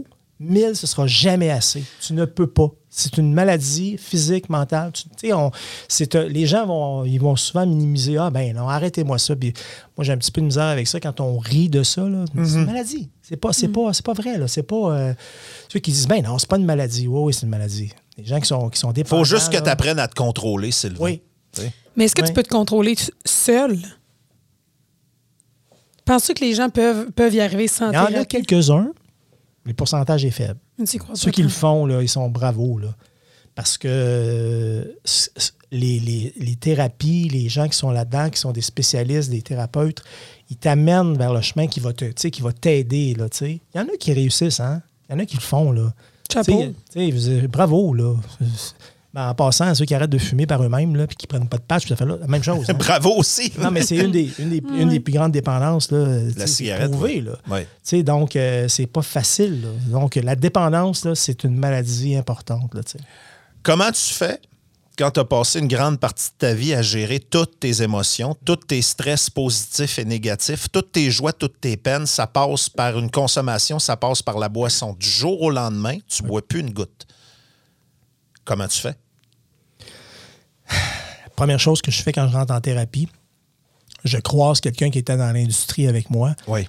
Speaker 4: 1000, ce ne sera jamais assez. Tu ne peux pas. C'est une maladie physique, mentale. Les gens vont souvent minimiser. Ah, ben non, arrêtez-moi ça. Puis, moi, j'ai un petit peu de misère avec ça quand on rit de ça. Là. C'est une maladie. C'est pas vrai. Là. C'est pas. Ceux qui disent, ben non, c'est pas une maladie. Oui, c'est une maladie. Les gens qui sont dépendants.
Speaker 2: Il faut juste que tu apprennes à te contrôler, Sylvain.
Speaker 4: Oui.
Speaker 3: Mais est-ce que tu peux te contrôler seul? Penses-tu que les gens peuvent y arriver sans thérapie?
Speaker 4: Il y en a quelques-uns. Le pourcentage est faible. Ceux qui le font, là, ils sont bravos. Là, parce que les thérapies, les gens qui sont là-dedans, qui sont des spécialistes, des thérapeutes, ils t'amènent vers le chemin qui va t'aider. Là, il y en a qui réussissent. Hein? Il y en a qui le font. Là.
Speaker 3: Chapeau.
Speaker 4: Bravo. Là. Ben, en passant, ceux qui arrêtent de fumer par eux-mêmes et qui ne prennent pas de patch, tout à fait la même chose. Hein?
Speaker 2: Bravo aussi.
Speaker 4: Non, mais c'est une des plus grandes dépendances. Là,
Speaker 2: la cigarette.
Speaker 4: Prouvé, là.
Speaker 2: Ouais.
Speaker 4: Donc, c'est pas facile. Là. Donc, la dépendance, là, c'est une maladie importante. Là,
Speaker 2: comment tu fais quand tu as passé une grande partie de ta vie à gérer toutes tes émotions, tous tes stress positifs et négatifs, toutes tes joies, toutes tes peines? Ça passe par une consommation, ça passe par la boisson. Du jour au lendemain, tu ne bois plus une goutte. Comment tu fais?
Speaker 4: Première chose que je fais quand je rentre en thérapie, je croise quelqu'un qui était dans l'industrie avec moi.
Speaker 2: Oui.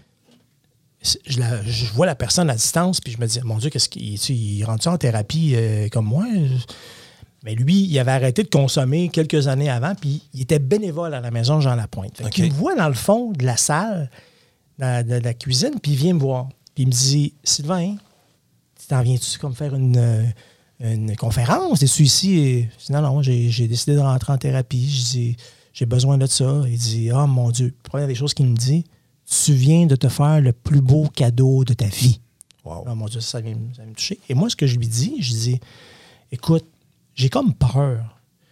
Speaker 4: Je vois la personne à distance, puis je me dis, mon Dieu, il rentre en thérapie comme moi? Mais lui, il avait arrêté de consommer quelques années avant, puis il était bénévole à la maison Jean Lapointe. Il me voit dans le fond de la salle, de la cuisine, puis il vient me voir. Puis il me dit, Sylvain, tu t'en viens-tu comme faire une conférence? Es-tu ici? Je dis, non, j'ai décidé de rentrer en thérapie. Je dis, j'ai besoin de ça. Il dit, oh mon Dieu. Première des choses qu'il me dit, tu viens de te faire le plus beau cadeau de ta vie.
Speaker 2: Wow.
Speaker 4: Oh mon Dieu, ça vient me toucher. Et moi, ce que je lui dis, je dis, écoute, j'ai comme peur.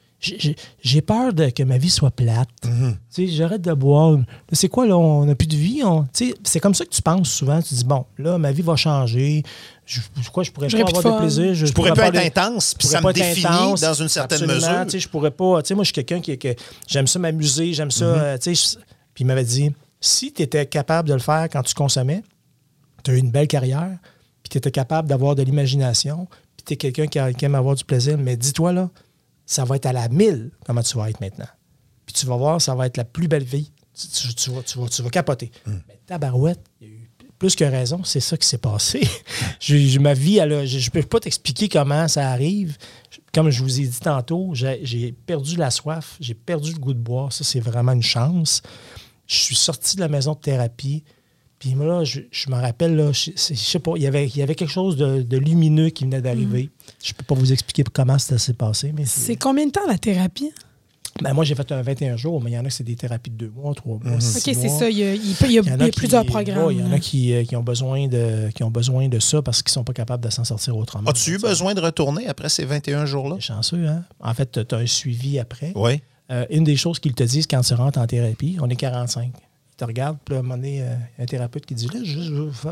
Speaker 4: J'ai peur que ma vie soit plate. Mm-hmm. J'arrête de boire. C'est quoi, là? On n'a plus de vie. C'est comme ça que tu penses souvent. Tu dis, bon, là, ma vie va changer. Je pourrais pas avoir de plaisir.
Speaker 2: Je pourrais pas être intense, puis ça me définit dans une certaine mesure.
Speaker 4: Je pourrais pas. Moi, je suis quelqu'un qui j'aime ça m'amuser, j'aime ça. Puis il m'avait dit, si tu étais capable de le faire quand tu consommais, tu as eu une belle carrière, puis tu étais capable d'avoir de l'imagination, puis tu es quelqu'un qui aime avoir du plaisir, mais dis-toi, là, ça va être à la 1000 comment tu vas être maintenant. Puis tu vas voir, ça va être la plus belle vie. Tu vas capoter. Mais tabarouette, il y a eu plus que raison, c'est ça qui s'est passé. Ma vie, je ne peux pas t'expliquer comment ça arrive. Comme je vous ai dit tantôt, j'ai perdu la soif, j'ai perdu le goût de boire. Ça, c'est vraiment une chance. Je suis sorti de la maison de thérapie. Puis là, je me rappelle, là, je sais pas, il y avait quelque chose de lumineux qui venait d'arriver. Je peux pas vous expliquer comment ça s'est passé. Mais
Speaker 3: c'est combien de temps la thérapie?
Speaker 4: Ben moi, j'ai fait un 21 jours, mais il y en a qui c'est des thérapies de 2 mois, 3 mois, 6 mois.
Speaker 3: OK, c'est ça. Il y a plusieurs programmes.
Speaker 4: Il y en a qui ont besoin de ça parce qu'ils sont pas capables de s'en sortir autrement.
Speaker 2: As-tu eu besoin de retourner après ces 21 jours-là?
Speaker 4: C'est chanceux, hein? En fait, tu as un suivi après.
Speaker 2: Oui.
Speaker 4: Une des choses qu'ils te disent quand tu rentres en thérapie, on est 45. Ils te regardent, puis à un moment donné, un thérapeute qui dit, là, juste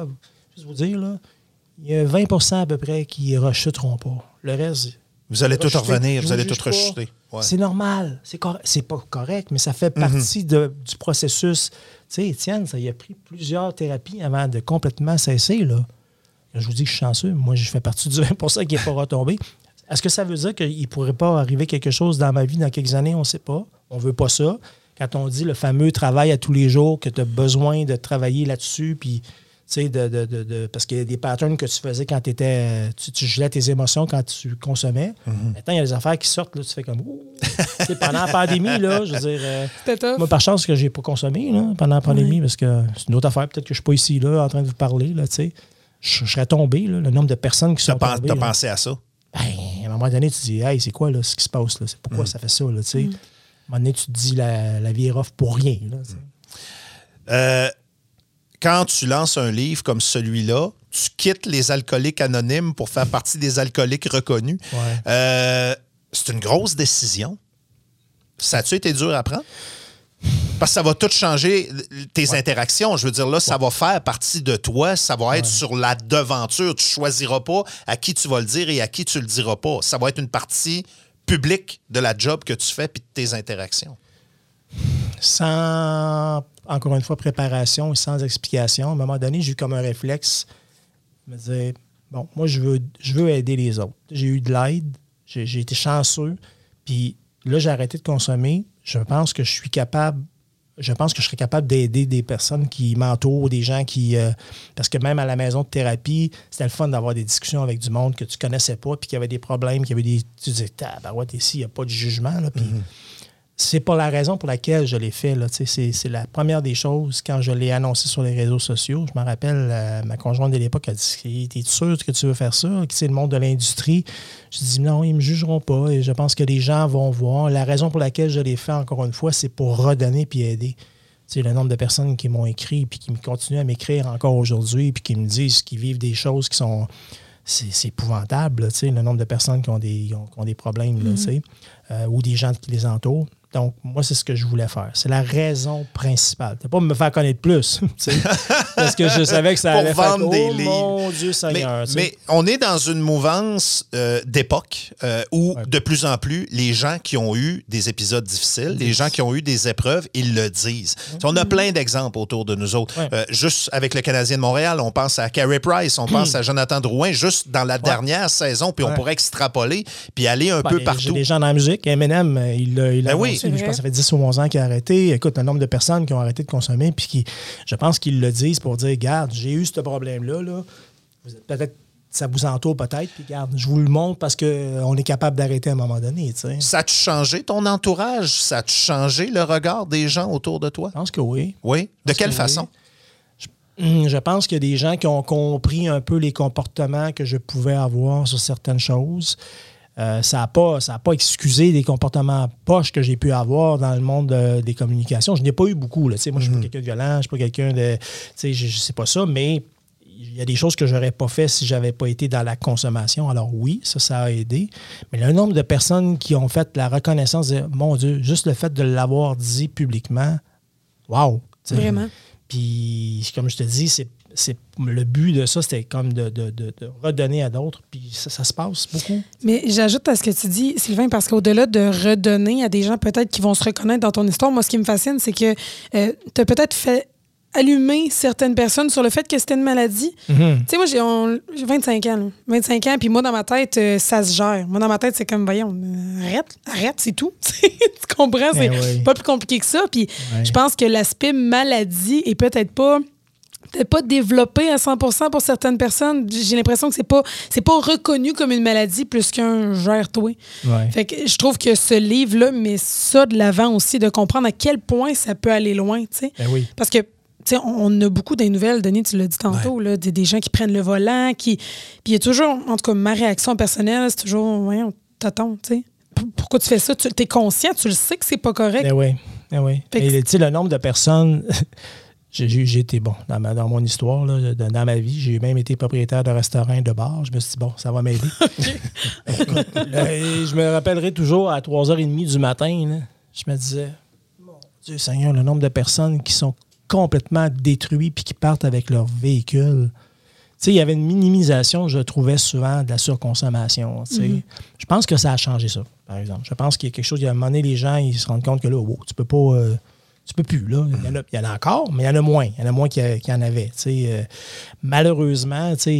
Speaker 4: vous dire, là, il y a 20% à peu près qui ne rechuteront pas. Le reste...
Speaker 2: Vous allez tout revenir, vous allez tout rechuter.
Speaker 4: Ouais. C'est normal. C'est pas correct, mais ça fait partie du processus. Tu sais, Étienne, ça y a pris plusieurs thérapies avant de complètement cesser. Là. Je vous dis que je suis chanceux. Moi, je fais partie du 20% qui n'est pas retombé. Est-ce que ça veut dire qu'il ne pourrait pas arriver quelque chose dans ma vie dans quelques années? On ne sait pas. On ne veut pas ça. Quand on dit le fameux travail à tous les jours, que tu as besoin de travailler là-dessus, puis... Tu sais, parce qu'il y a des patterns que tu faisais quand tu gelais tes émotions quand tu consommais. Maintenant, il y a des affaires qui sortent, là, tu fais comme... pendant la pandémie, là, je veux dire... moi, par chance que je n'ai pas consommé là, pendant la pandémie, parce que c'est une autre affaire, peut-être que je ne suis pas ici, là, en train de vous parler, là, tu sais. Je serais tombé, là, le nombre de personnes qui sont tombées.
Speaker 2: Tu as pensé à ça?
Speaker 4: Ben, à un moment donné, tu te dis, hey, c'est quoi, là, ce qui se passe, là? C'est pourquoi ça fait ça, là, tu sais. À un moment donné, tu te dis, la vie est rough pour rien, là,
Speaker 2: quand tu lances un livre comme celui-là, tu quittes les alcooliques anonymes pour faire partie des alcooliques reconnus.
Speaker 4: Ouais.
Speaker 2: C'est une grosse décision. Ça a-tu été dur à prendre? Parce que ça va tout changer tes interactions. Je veux dire, là, ça va faire partie de toi. Ça va être sur la devanture. Tu ne choisiras pas à qui tu vas le dire et à qui tu le diras pas. Ça va être une partie publique de la job que tu fais et de tes interactions.
Speaker 4: Sans, encore une fois, préparation et sans explication, à un moment donné, j'ai eu comme un réflexe. Je me disais, bon, moi, je veux aider les autres. J'ai eu de l'aide, j'ai été chanceux, puis là, j'ai arrêté de consommer. Je pense que je serais capable d'aider des personnes qui m'entourent, des gens qui... parce que même à la maison de thérapie, c'était le fun d'avoir des discussions avec du monde que tu connaissais pas, puis qui avait des problèmes, tu disais, tabarouette, ici, il n'y a pas de jugement, là, puis... C'est pas la raison pour laquelle je l'ai fait. Là. C'est la première des choses. Quand je l'ai annoncé sur les réseaux sociaux, je me rappelle, ma conjointe de l'époque a dit « T'es sûr que tu veux faire ça? » C'est le monde de l'industrie. Je dis « Non, ils me jugeront pas. » Et je pense que les gens vont voir. La raison pour laquelle je l'ai fait, encore une fois, c'est pour redonner puis aider. T'sais, le nombre de personnes qui m'ont écrit puis qui continuent à m'écrire encore aujourd'hui puis qui me disent qu'ils vivent des choses qui sont... C'est épouvantable, le nombre de personnes qui ont des problèmes là, ou des gens qui les entourent. Donc, moi, c'est ce que je voulais faire. C'est la raison principale. C'est pas me faire connaître plus, parce que je savais que ça allait faire des livres. Mon Dieu Seigneur.
Speaker 2: Mais on est dans une mouvance d'époque où, de plus en plus, les gens qui ont eu des épisodes difficiles, les gens qui ont eu des épreuves, ils le disent. On a plein d'exemples autour de nous autres. Juste avec le Canadien de Montréal, on pense à Carey Price, on pense à Jonathan Drouin, juste dans la dernière saison, puis on pourrait extrapoler, puis aller un peu partout.
Speaker 4: J'ai des gens dans la musique. Eminem, il a
Speaker 2: oui.
Speaker 4: Je pense que ça fait 10 ou 11 ans qu'il a arrêté. Écoute, un nombre de personnes qui ont arrêté de consommer, puis je pense qu'ils le disent pour dire, regarde, j'ai eu ce problème-là, là. Peut-être ça vous entoure peut-être, puis regarde, je vous le montre parce qu'on est capable d'arrêter à un moment donné. T'sais.
Speaker 2: Ça a-tu changé ton entourage? Ça a-tu changé le regard des gens autour de toi?
Speaker 4: Je pense que oui.
Speaker 2: Oui? De quelle façon?
Speaker 4: Je pense qu'il y a des gens qui ont compris un peu les comportements que je pouvais avoir sur certaines choses. Ça n'a pas excusé des comportements poches que j'ai pu avoir dans le monde des communications. Je n'ai pas eu beaucoup. Là. Moi, je ne suis pas quelqu'un de violent, je ne suis pas quelqu'un de... Je sais pas ça, mais il y a des choses que je n'aurais pas fait si je n'avais pas été dans la consommation. Alors oui, ça a aidé. Mais le nombre de personnes qui ont fait la reconnaissance, de, mon Dieu, juste le fait de l'avoir dit publiquement, wow!
Speaker 3: Vraiment.
Speaker 4: Puis, comme je te dis, c'est le but de ça, c'était comme de redonner à d'autres, puis ça se passe beaucoup.
Speaker 3: Mais j'ajoute à ce que tu dis, Sylvain, parce qu'au-delà de redonner à des gens peut-être qui vont se reconnaître dans ton histoire, moi, ce qui me fascine, c'est que tu as peut-être fait allumer certaines personnes sur le fait que c'était une maladie. Mm-hmm. Tu sais, moi, j'ai 25 ans. Là. 25 ans, puis moi, dans ma tête, ça se gère. Moi, dans ma tête, c'est comme, voyons, arrête, c'est tout. Tu comprends? C'est pas plus compliqué que ça. Puis je pense que l'aspect maladie est peut-être pas développé à 100% pour certaines personnes. J'ai l'impression que c'est pas reconnu comme une maladie plus qu'un gère-toi. Ouais. Fait que je trouve que ce livre-là met ça de l'avant aussi, de comprendre à quel point ça peut aller loin, tu sais.
Speaker 4: Ben oui.
Speaker 3: Parce que on a beaucoup des nouvelles, Denis, tu l'as dit tantôt, là, des gens qui prennent le volant, puis il y a toujours, en tout cas, ma réaction personnelle, c'est toujours, voyons, t'attends, tu sais. Pourquoi tu fais ça? Tu es conscient, tu le sais que c'est pas correct.
Speaker 4: Ben oui, ben oui. Et tu sais, le nombre de personnes... J'ai été, bon, dans mon histoire, là, dans ma vie, j'ai même été propriétaire de restaurant et de bar. Je me suis dit, bon, ça va m'aider. Je me rappellerai toujours à 3h30 du matin, là, je me disais, mon Dieu Seigneur, le nombre de personnes qui sont complètement détruites puis qui partent avec leur véhicule. Tu sais, il y avait une minimisation, je trouvais souvent, de la surconsommation. Mm-hmm. Je pense que ça a changé ça, par exemple. Je pense qu'il y a quelque chose, il y a un moment donné, les gens, ils se rendent compte que là, wow, tu peux pas... Tu peux plus, là. Il y en a encore, mais il y en a moins. Il y en a moins qu'il y en avait. Malheureusement, ça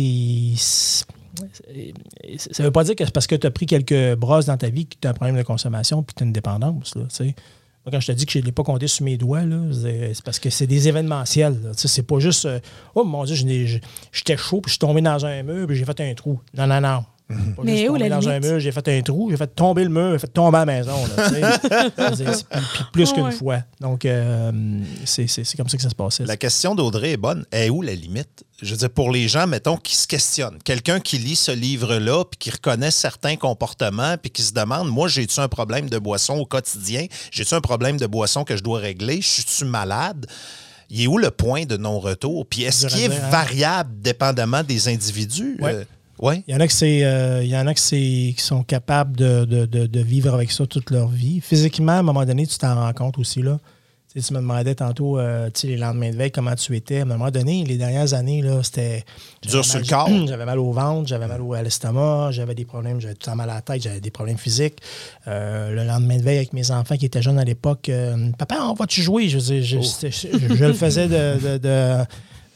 Speaker 4: ne veut pas dire que c'est parce que tu as pris quelques brosses dans ta vie que tu as un problème de consommation puis que tu as une dépendance. Là, moi, quand je te dis que je ne l'ai pas compté sur mes doigts, là, c'est parce que c'est des événementiels. C'est pas juste oh mon Dieu, j'étais chaud puis je suis tombé dans un mur puis j'ai fait un trou. Non. Pas
Speaker 3: mais où la
Speaker 4: dans
Speaker 3: limite?
Speaker 4: un mur, j'ai fait un trou, j'ai fait tomber le mur, j'ai fait tomber à la maison. Là, puis plus qu'une fois. Donc, c'est comme ça que ça se passait.
Speaker 2: La question d'Audrey est bonne. Est où la limite? Je veux dire, pour les gens, mettons, qui se questionnent. Quelqu'un qui lit ce livre-là puis qui reconnaît certains comportements puis qui se demande, moi, j'ai-tu un problème de boisson au quotidien? J'ai-tu un problème de boisson que je dois régler? Je suis-tu malade? Il est où le point de non-retour? Puis est-ce qu'il est variable dépendamment des individus?
Speaker 4: Ouais.
Speaker 2: Oui.
Speaker 4: Il y en a qui sont capables de vivre avec ça toute leur vie. Physiquement, à un moment donné, tu t'en rends compte aussi. Là. Tu me demandais tantôt, les lendemains de veille, comment tu étais. À un moment donné, les dernières années, là, c'était...
Speaker 2: Dur sur le corps.
Speaker 4: J'avais mal au ventre, j'avais mal à l'estomac, j'avais des problèmes, j'avais tout le temps mal à la tête, j'avais des problèmes physiques. Le lendemain de veille, avec mes enfants qui étaient jeunes à l'époque, « Papa, on va-tu jouer? » Je le faisais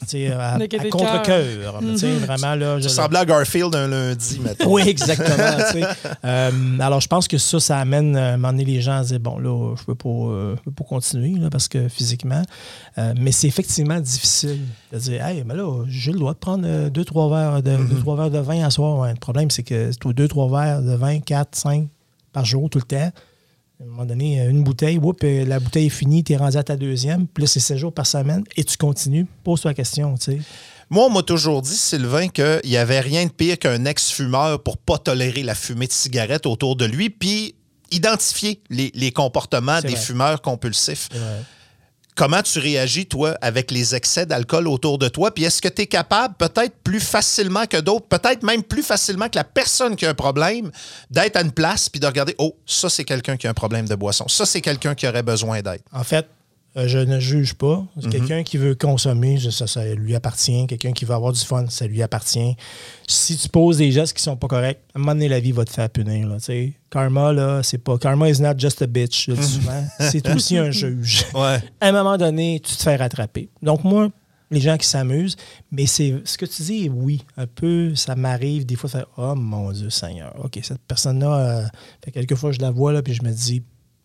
Speaker 4: à contre-cœur. Vraiment, là,
Speaker 2: ça ressemblait à Garfield un lundi, maintenant.
Speaker 4: Oui, exactement. Alors, je pense que ça amène à un moment donné les gens à dire, bon, là, je peux pas continuer là, parce que physiquement. Mais c'est effectivement difficile de dire, hey, mais là, j'ai le droit de prendre 2-3 verres de vin à soir. Ouais, le problème, c'est que 2-3 verres de vin, 4, 5 par jour, tout le temps. À un moment donné, une bouteille, la bouteille est finie, tu es rendu à ta deuxième, puis là, c'est 7 jours par semaine, et tu continues. Pose-toi la question, tu sais.
Speaker 2: Moi, on m'a toujours dit, Sylvain, qu'il n'y avait rien de pire qu'un ex-fumeur pour pas tolérer la fumée de cigarette autour de lui, puis identifier les comportements des fumeurs compulsifs. Comment tu réagis, toi, avec les excès d'alcool autour de toi? Puis est-ce que tu es capable, peut-être plus facilement que d'autres, peut-être même plus facilement que la personne qui a un problème, d'être à une place puis de regarder, oh, ça, c'est quelqu'un qui a un problème de boisson. Ça, c'est quelqu'un qui aurait besoin d'aide.
Speaker 4: En fait, je ne juge pas. Quelqu'un qui veut consommer, ça lui appartient. Quelqu'un qui veut avoir du fun, ça lui appartient. Si tu poses des gestes qui sont pas corrects, à un moment donné, la vie va te faire punir. Là, karma, là, c'est pas... Karma is not just a bitch, je le dis souvent. C'est aussi un juge.
Speaker 2: Ouais.
Speaker 4: À un moment donné, tu te fais rattraper. Donc, moi, les gens qui s'amusent, mais c'est ce que tu dis, oui, un peu, ça m'arrive des fois de faire « Oh, mon Dieu Seigneur, OK, cette personne-là, fait quelques fois, je la vois, là, puis je me dis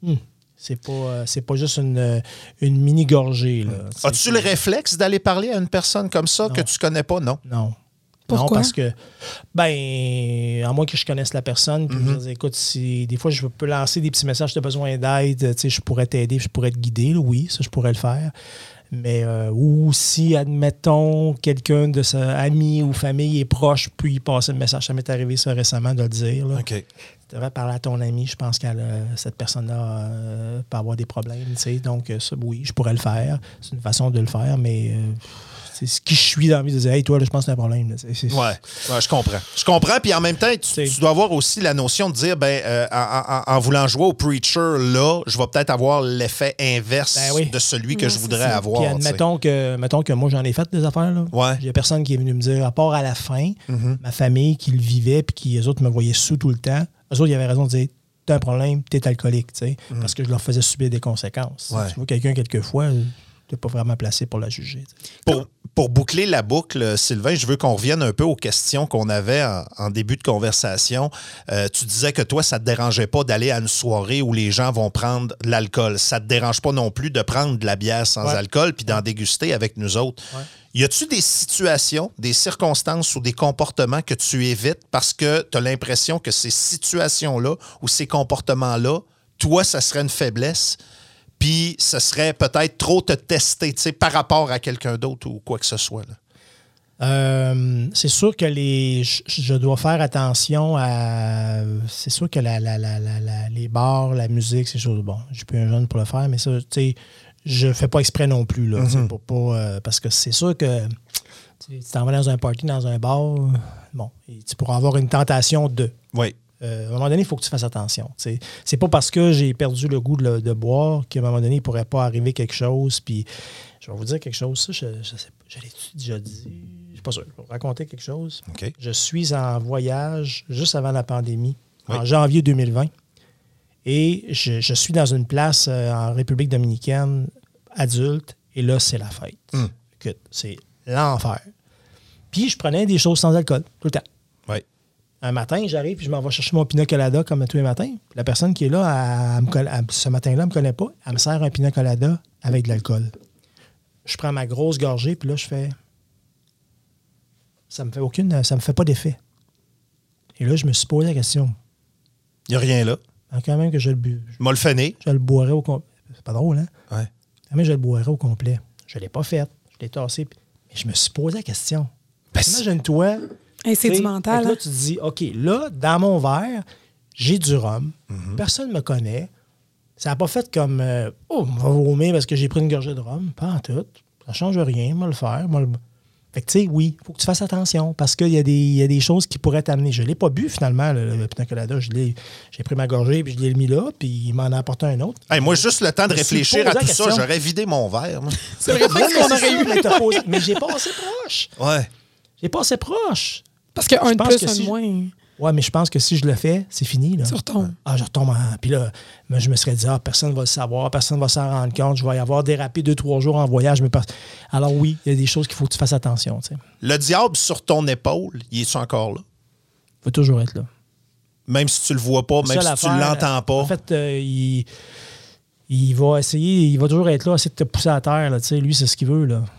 Speaker 4: c'est pas juste une mini-gorgée. Là.
Speaker 2: As-tu le réflexe d'aller parler à une personne comme ça que tu connais pas? Non.
Speaker 4: Non.
Speaker 3: Pourquoi?
Speaker 4: Non, parce que, à moins que je connaisse la personne, puis je dis, écoute, des fois, je peux lancer des petits messages, tu as besoin d'aide, je pourrais t'aider, je pourrais te guider, là, oui, ça, je pourrais le faire. Mais, ou si, admettons, quelqu'un de sa ami ou famille est proche, puis il passe le message, ça m'est arrivé ça récemment de le dire. Là.
Speaker 2: OK.
Speaker 4: Tu devrais parler à ton ami, je pense que cette personne-là peut avoir des problèmes, donc ça, oui, je pourrais le faire. C'est une façon de le faire, mais c'est ce qui je suis dans la vie de dire, hey, toi, là, je pense que c'est un problème.
Speaker 2: Ouais, je comprends. Je comprends, puis en même temps, tu dois avoir aussi la notion de dire, en voulant jouer au preacher, là, je vais peut-être avoir l'effet inverse de celui que je voudrais avoir.
Speaker 4: Puis mettons que moi, j'en ai fait des affaires. Là.
Speaker 2: Ouais.
Speaker 4: Il n'y a personne qui est venu me dire, à part à la fin, ma famille qui le vivait, puis qui, eux autres, me voyaient sous tout le temps. Eux autres, ils avaient raison de dire, t'as un problème, t'es alcoolique, parce que je leur faisais subir des conséquences.
Speaker 2: Ouais.
Speaker 4: Tu vois quelqu'un, quelquefois, t'es pas vraiment placé pour la juger.
Speaker 2: Pour boucler la boucle, Sylvain, je veux qu'on revienne un peu aux questions qu'on avait en début de conversation. Tu disais que toi, ça ne te dérangeait pas d'aller à une soirée où les gens vont prendre de l'alcool. Ça ne te dérange pas non plus de prendre de la bière sans alcool puis d'en déguster avec nous autres. Ouais. Y a-tu des situations, des circonstances ou des comportements que tu évites parce que tu as l'impression que ces situations-là ou ces comportements-là, toi, ça serait une faiblesse? Puis, ce serait peut-être trop te tester, par rapport à quelqu'un d'autre ou quoi que ce soit. Là.
Speaker 4: C'est sûr que je dois faire attention à... C'est sûr que les bars, la musique, c'est chose... Bon, je suis plus un jeune pour le faire, mais ça, tu sais, je fais pas exprès non plus, là, pour pas... parce que c'est sûr que tu t'en vas dans un party, dans un bar, bon, et tu pourras avoir une tentation de...
Speaker 2: Oui.
Speaker 4: À un moment donné, il faut que tu fasses attention. T'sais. C'est pas parce que j'ai perdu le goût de boire qu'à un moment donné, il ne pourrait pas arriver quelque chose. Puis, je vais vous dire quelque chose. Ça, je sais pas. Je l'ai-tu déjà dit? Je suis pas sûr. Je vais vous raconter quelque chose.
Speaker 2: Okay.
Speaker 4: Je suis en voyage juste avant la pandémie, en janvier 2020. Et je suis dans une place en République dominicaine, adulte. Et là, c'est la fête. Écoute, c'est l'enfer. Puis, je prenais des choses sans alcool tout le temps.
Speaker 2: Oui.
Speaker 4: Un matin, j'arrive et je m'en vais chercher mon pina colada comme tous les matins. Puis la personne qui est là, ce matin-là, elle ne me connaît pas. Elle me sert un pina colada avec de l'alcool. Je prends ma grosse gorgée, puis là, je fais... Ça me fait pas d'effet. Et là, je me suis posé la question.
Speaker 2: Il n'y a rien là.
Speaker 4: Quand même que je le bu.
Speaker 2: M'a le fené.
Speaker 4: Je le boirais au complet. C'est pas drôle, hein?
Speaker 2: Ouais.
Speaker 4: Quand même, je le boirais au complet. Je ne l'ai pas fait. Je l'ai tassé. Mais je me suis posé la question. Imagine-toi...
Speaker 3: Et c'est du mental.
Speaker 4: Là, tu te dis, OK, là, dans mon verre, j'ai du rhum. Personne ne me connaît. Ça n'a pas fait comme, on va vomir parce que j'ai pris une gorgée de rhum. Pas en tout. Ça ne change rien. Moi, le faire. Fait que, tu sais, oui, il faut que tu fasses attention parce qu'il y a des choses qui pourraient t'amener. Je ne l'ai pas bu, finalement, le pina colada. J'ai pris ma gorgée puis je l'ai mis là, puis il m'en a apporté un autre.
Speaker 2: Hey, moi, juste le temps de réfléchir à tout ça, j'aurais vidé mon verre. Moi.
Speaker 3: C'est vrai qu'on aurait eu.
Speaker 4: Mais j'ai pas assez proche.
Speaker 2: Ouais.
Speaker 4: J'ai pas assez proche.
Speaker 3: Parce qu'un de plus, un de moins.
Speaker 4: Ouais, mais je pense que si je le fais, c'est fini. Là.
Speaker 3: Tu retombes.
Speaker 4: Je retombe. Puis là, je me serais dit, personne ne va le savoir, personne ne va s'en rendre compte. Je vais y avoir dérapé 2-3 jours en voyage. Alors oui, il y a des choses qu'il faut que tu fasses attention. T'sais.
Speaker 2: Le diable sur ton épaule, il est-tu encore là?
Speaker 4: Il va toujours être là.
Speaker 2: Même si tu le vois pas, même si tu l'entends pas.
Speaker 4: En fait, il va essayer, il va toujours être là, essayer de te pousser à terre. Là, lui, c'est ce qu'il veut. Là.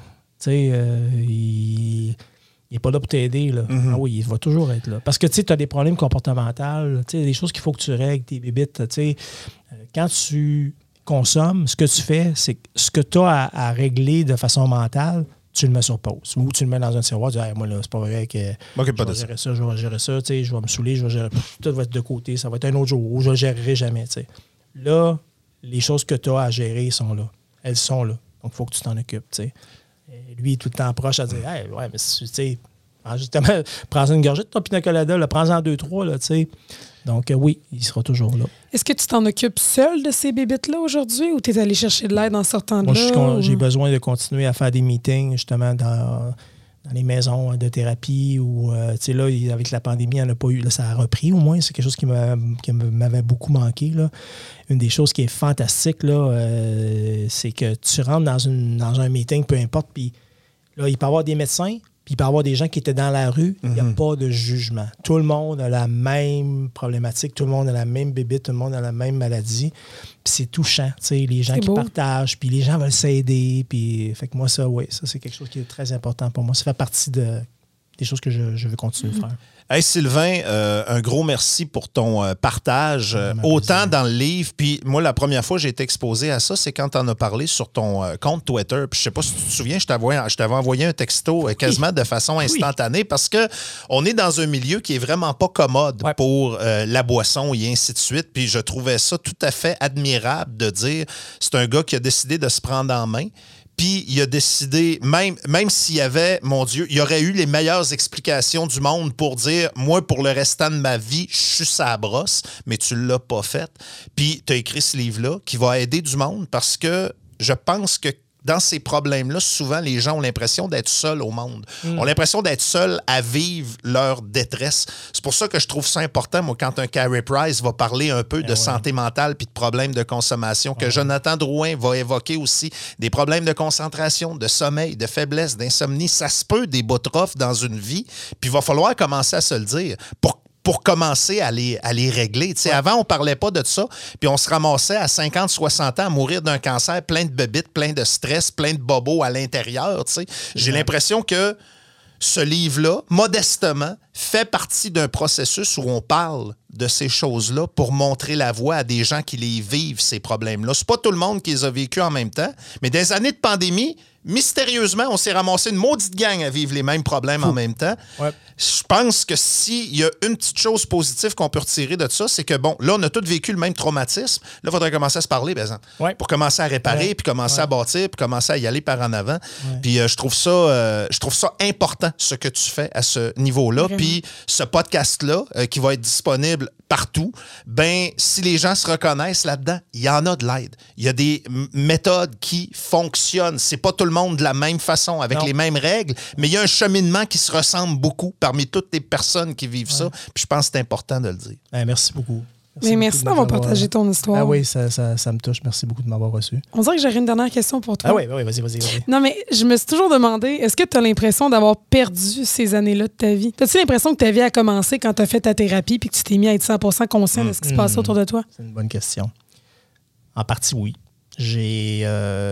Speaker 4: Il n'est pas là pour t'aider. Là.
Speaker 2: Mm-hmm.
Speaker 4: Ah oui, il va toujours être là. Parce que tu as des problèmes comportementaux, des choses qu'il faut que tu règles, tes bébites. Quand tu consommes, ce que tu fais, c'est que ce que tu as à régler de façon mentale, tu le mets sur pause. Ou tu le mets dans un tiroir, tu dis moi, là, c'est pas vrai que je vais gérer ça, je vais gérer ça, je vais me saouler, je vais gérer. Tout va être de côté, ça va être un autre jour où je ne gérerai jamais. T'sais. Là, les choses que tu as à gérer sont là. Elles sont là. Donc, il faut que tu t'en occupes. T'sais. Lui, il est tout le temps proche à dire ouais, mais tu sais, justement, prends une gorgée de ton pina colada, prends-en 2-3, là, tu sais. Donc, oui, il sera toujours là.
Speaker 3: Est-ce que tu t'en occupes seul de ces bébites-là aujourd'hui ou tu es allé chercher de l'aide en sortant de là?
Speaker 4: Moi, j'ai besoin de continuer à faire des meetings, justement, dans les maisons de thérapie ou, tu sais, là, avec la pandémie, il n'y en a pas eu. Là, ça a repris au moins. C'est quelque chose qui m'avait beaucoup manqué, là. Une des choses qui est fantastique, là, c'est que tu rentres dans un meeting, peu importe, puis là, il peut y avoir des médecins, puis il peut y avoir des gens qui étaient dans la rue. Il n'y a pas de jugement. Tout le monde a la même problématique, tout le monde a la même bébite, tout le monde a la même maladie. Puis c'est touchant, tu sais, les gens qui partagent, puis les gens veulent s'aider. Puis, fait que moi, ça, c'est quelque chose qui est très important pour moi. Ça fait partie des choses que je veux continuer de faire.
Speaker 2: Hey Sylvain, un gros merci pour ton partage, autant dans le livre, puis moi, la première fois que j'ai été exposé à ça, c'est quand tu en as parlé sur ton compte Twitter. Puis je sais pas si tu te souviens, je t'avais envoyé un texto quasiment de façon instantanée parce que on est dans un milieu qui est vraiment pas commode pour la boisson et ainsi de suite. Puis je trouvais ça tout à fait admirable de dire, c'est un gars qui a décidé de se prendre en main. Puis il a décidé, même s'il y avait, mon Dieu, il y aurait eu les meilleures explications du monde pour dire, moi, pour le restant de ma vie, je suis sa brosse, mais tu ne l'as pas fait. Puis tu as écrit ce livre-là qui va aider du monde parce que je pense que dans ces problèmes-là, souvent, les gens ont l'impression d'être seuls au monde. Ont l'impression d'être seuls à vivre leur détresse. C'est pour ça que je trouve ça important, moi, quand un Carey Price va parler un peu de santé mentale puis de problèmes de consommation, que Jonathan Drouin va évoquer aussi des problèmes de concentration, de sommeil, de faiblesse, d'insomnie. Ça se peut des bouts de dans une vie, puis il va falloir commencer à se le dire pour commencer à les régler. Avant, on ne parlait pas de ça, puis on se ramassait à 50, 60 ans à mourir d'un cancer plein de bébites, plein de stress, plein de bobos à l'intérieur. J'ai l'impression que ce livre-là, modestement, fait partie d'un processus où on parle de ces choses-là pour montrer la voie à des gens qui les vivent, ces problèmes-là. C'est pas tout le monde qui les a vécus en même temps, mais des années de pandémie, mystérieusement, on s'est ramassé une maudite gang à vivre les mêmes problèmes en même temps. Ouais. Je pense que s'il y a une petite chose positive qu'on peut retirer de ça, c'est que, bon, là, on a tous vécu le même traumatisme. Là, il faudrait commencer à se parler, par exemple, pour commencer à réparer, puis commencer à bâtir, puis commencer à y aller par en avant. Puis je trouve ça important, ce que tu fais à ce niveau-là. Puis ce podcast-là, qui va être disponible partout, ben si les gens se reconnaissent là-dedans, il y en a de l'aide. Il y a des méthodes qui fonctionnent. C'est pas tout le monde de la même façon, avec les mêmes règles, mais il y a un cheminement qui se ressemble beaucoup parmi toutes les personnes qui vivent ça. Puis je pense que c'est important de le dire.
Speaker 4: Merci beaucoup.
Speaker 3: Merci d'avoir partagé ton histoire.
Speaker 4: Ah oui, ça me touche. Merci beaucoup de m'avoir reçu.
Speaker 3: On dirait que j'aurais une dernière question pour toi.
Speaker 4: Ah oui, vas-y.
Speaker 3: Non, mais je me suis toujours demandé, est-ce que tu as l'impression d'avoir perdu ces années-là de ta vie? As-tu l'impression que ta vie a commencé quand tu as fait ta thérapie puis que tu t'es mis à être 100% conscient de ce qui se passait autour de toi?
Speaker 4: C'est une bonne question. En partie, oui. J'ai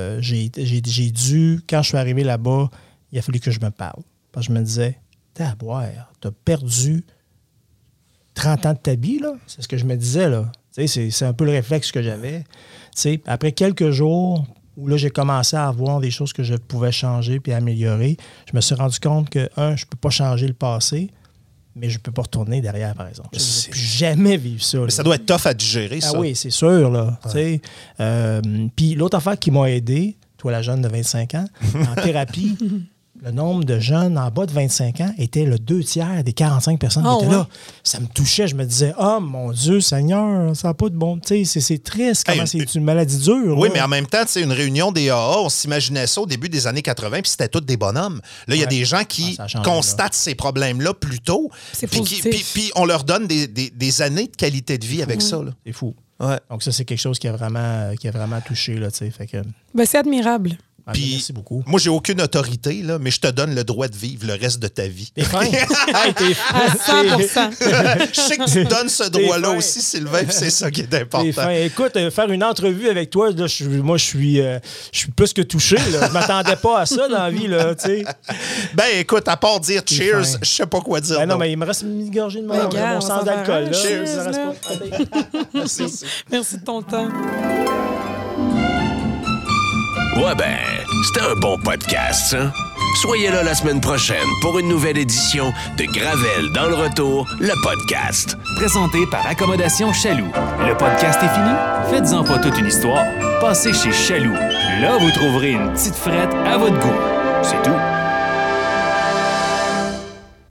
Speaker 4: dû, quand je suis arrivé là-bas, il a fallu que je me parle. Parce que je me disais, t'as perdu 30 ans de ta vie, là. C'est ce que je me disais, là. C'est un peu le réflexe que j'avais. Après quelques jours où là, j'ai commencé à voir des choses que je pouvais changer puis améliorer, je me suis rendu compte que, je ne peux pas changer le passé, mais je ne peux pas retourner derrière, par exemple. Je n'ai plus jamais vécu ça.
Speaker 2: Mais ça doit être tough à digérer, ça.
Speaker 4: Ah oui, c'est sûr, là. Puis l'autre affaire qui m'a aidé, toi, la jeune de 25 ans, en thérapie, le nombre de jeunes en bas de 25 ans était le 2/3 des 45 personnes qui étaient là. Ça me touchait. Je me disais, oh mon Dieu, Seigneur, ça n'a pas de bon... Tu sais, c'est triste comment c'est une maladie dure.
Speaker 2: Oui,
Speaker 4: là.
Speaker 2: mais en même temps, tu sais, une réunion des AA, on s'imaginait ça au début des années 80, puis c'était tous des bonhommes. Là, il y a des gens qui constatent ces problèmes-là plus tôt, puis on leur donne des années de qualité de vie avec ça. Là.
Speaker 4: C'est fou.
Speaker 2: Ouais.
Speaker 4: Donc ça, c'est quelque chose qui a vraiment touché. Là, fait que...
Speaker 3: c'est admirable.
Speaker 2: Puis,
Speaker 4: merci beaucoup.
Speaker 2: Moi, j'ai aucune autorité, là, mais je te donne le droit de vivre le reste de ta vie.
Speaker 4: T'es fin. T'es fin.
Speaker 3: À 100%.
Speaker 2: Je sais que tu te donnes ce droit-là aussi, Sylvain, puis c'est ça qui est important.
Speaker 4: T'es fin. Écoute, faire une entrevue avec toi, là, moi, je suis plus que touché. Là. Je m'attendais pas à ça dans la vie. Là,
Speaker 2: ben, écoute, à part dire cheers, je sais pas quoi dire.
Speaker 4: Ben non, mais il me reste une gorgée de mon sens d'alcool.
Speaker 2: Cheers.
Speaker 3: Merci de ton temps.
Speaker 5: Ouais ben, c'était un bon podcast, ça. Soyez là la semaine prochaine pour une nouvelle édition de Gravel dans le retour, le podcast.
Speaker 1: Présenté par Accommodation Chaloux. Le podcast est fini? Faites-en pas toute une histoire. Passez chez Chaloux. Là, vous trouverez une petite frette à votre goût. C'est tout.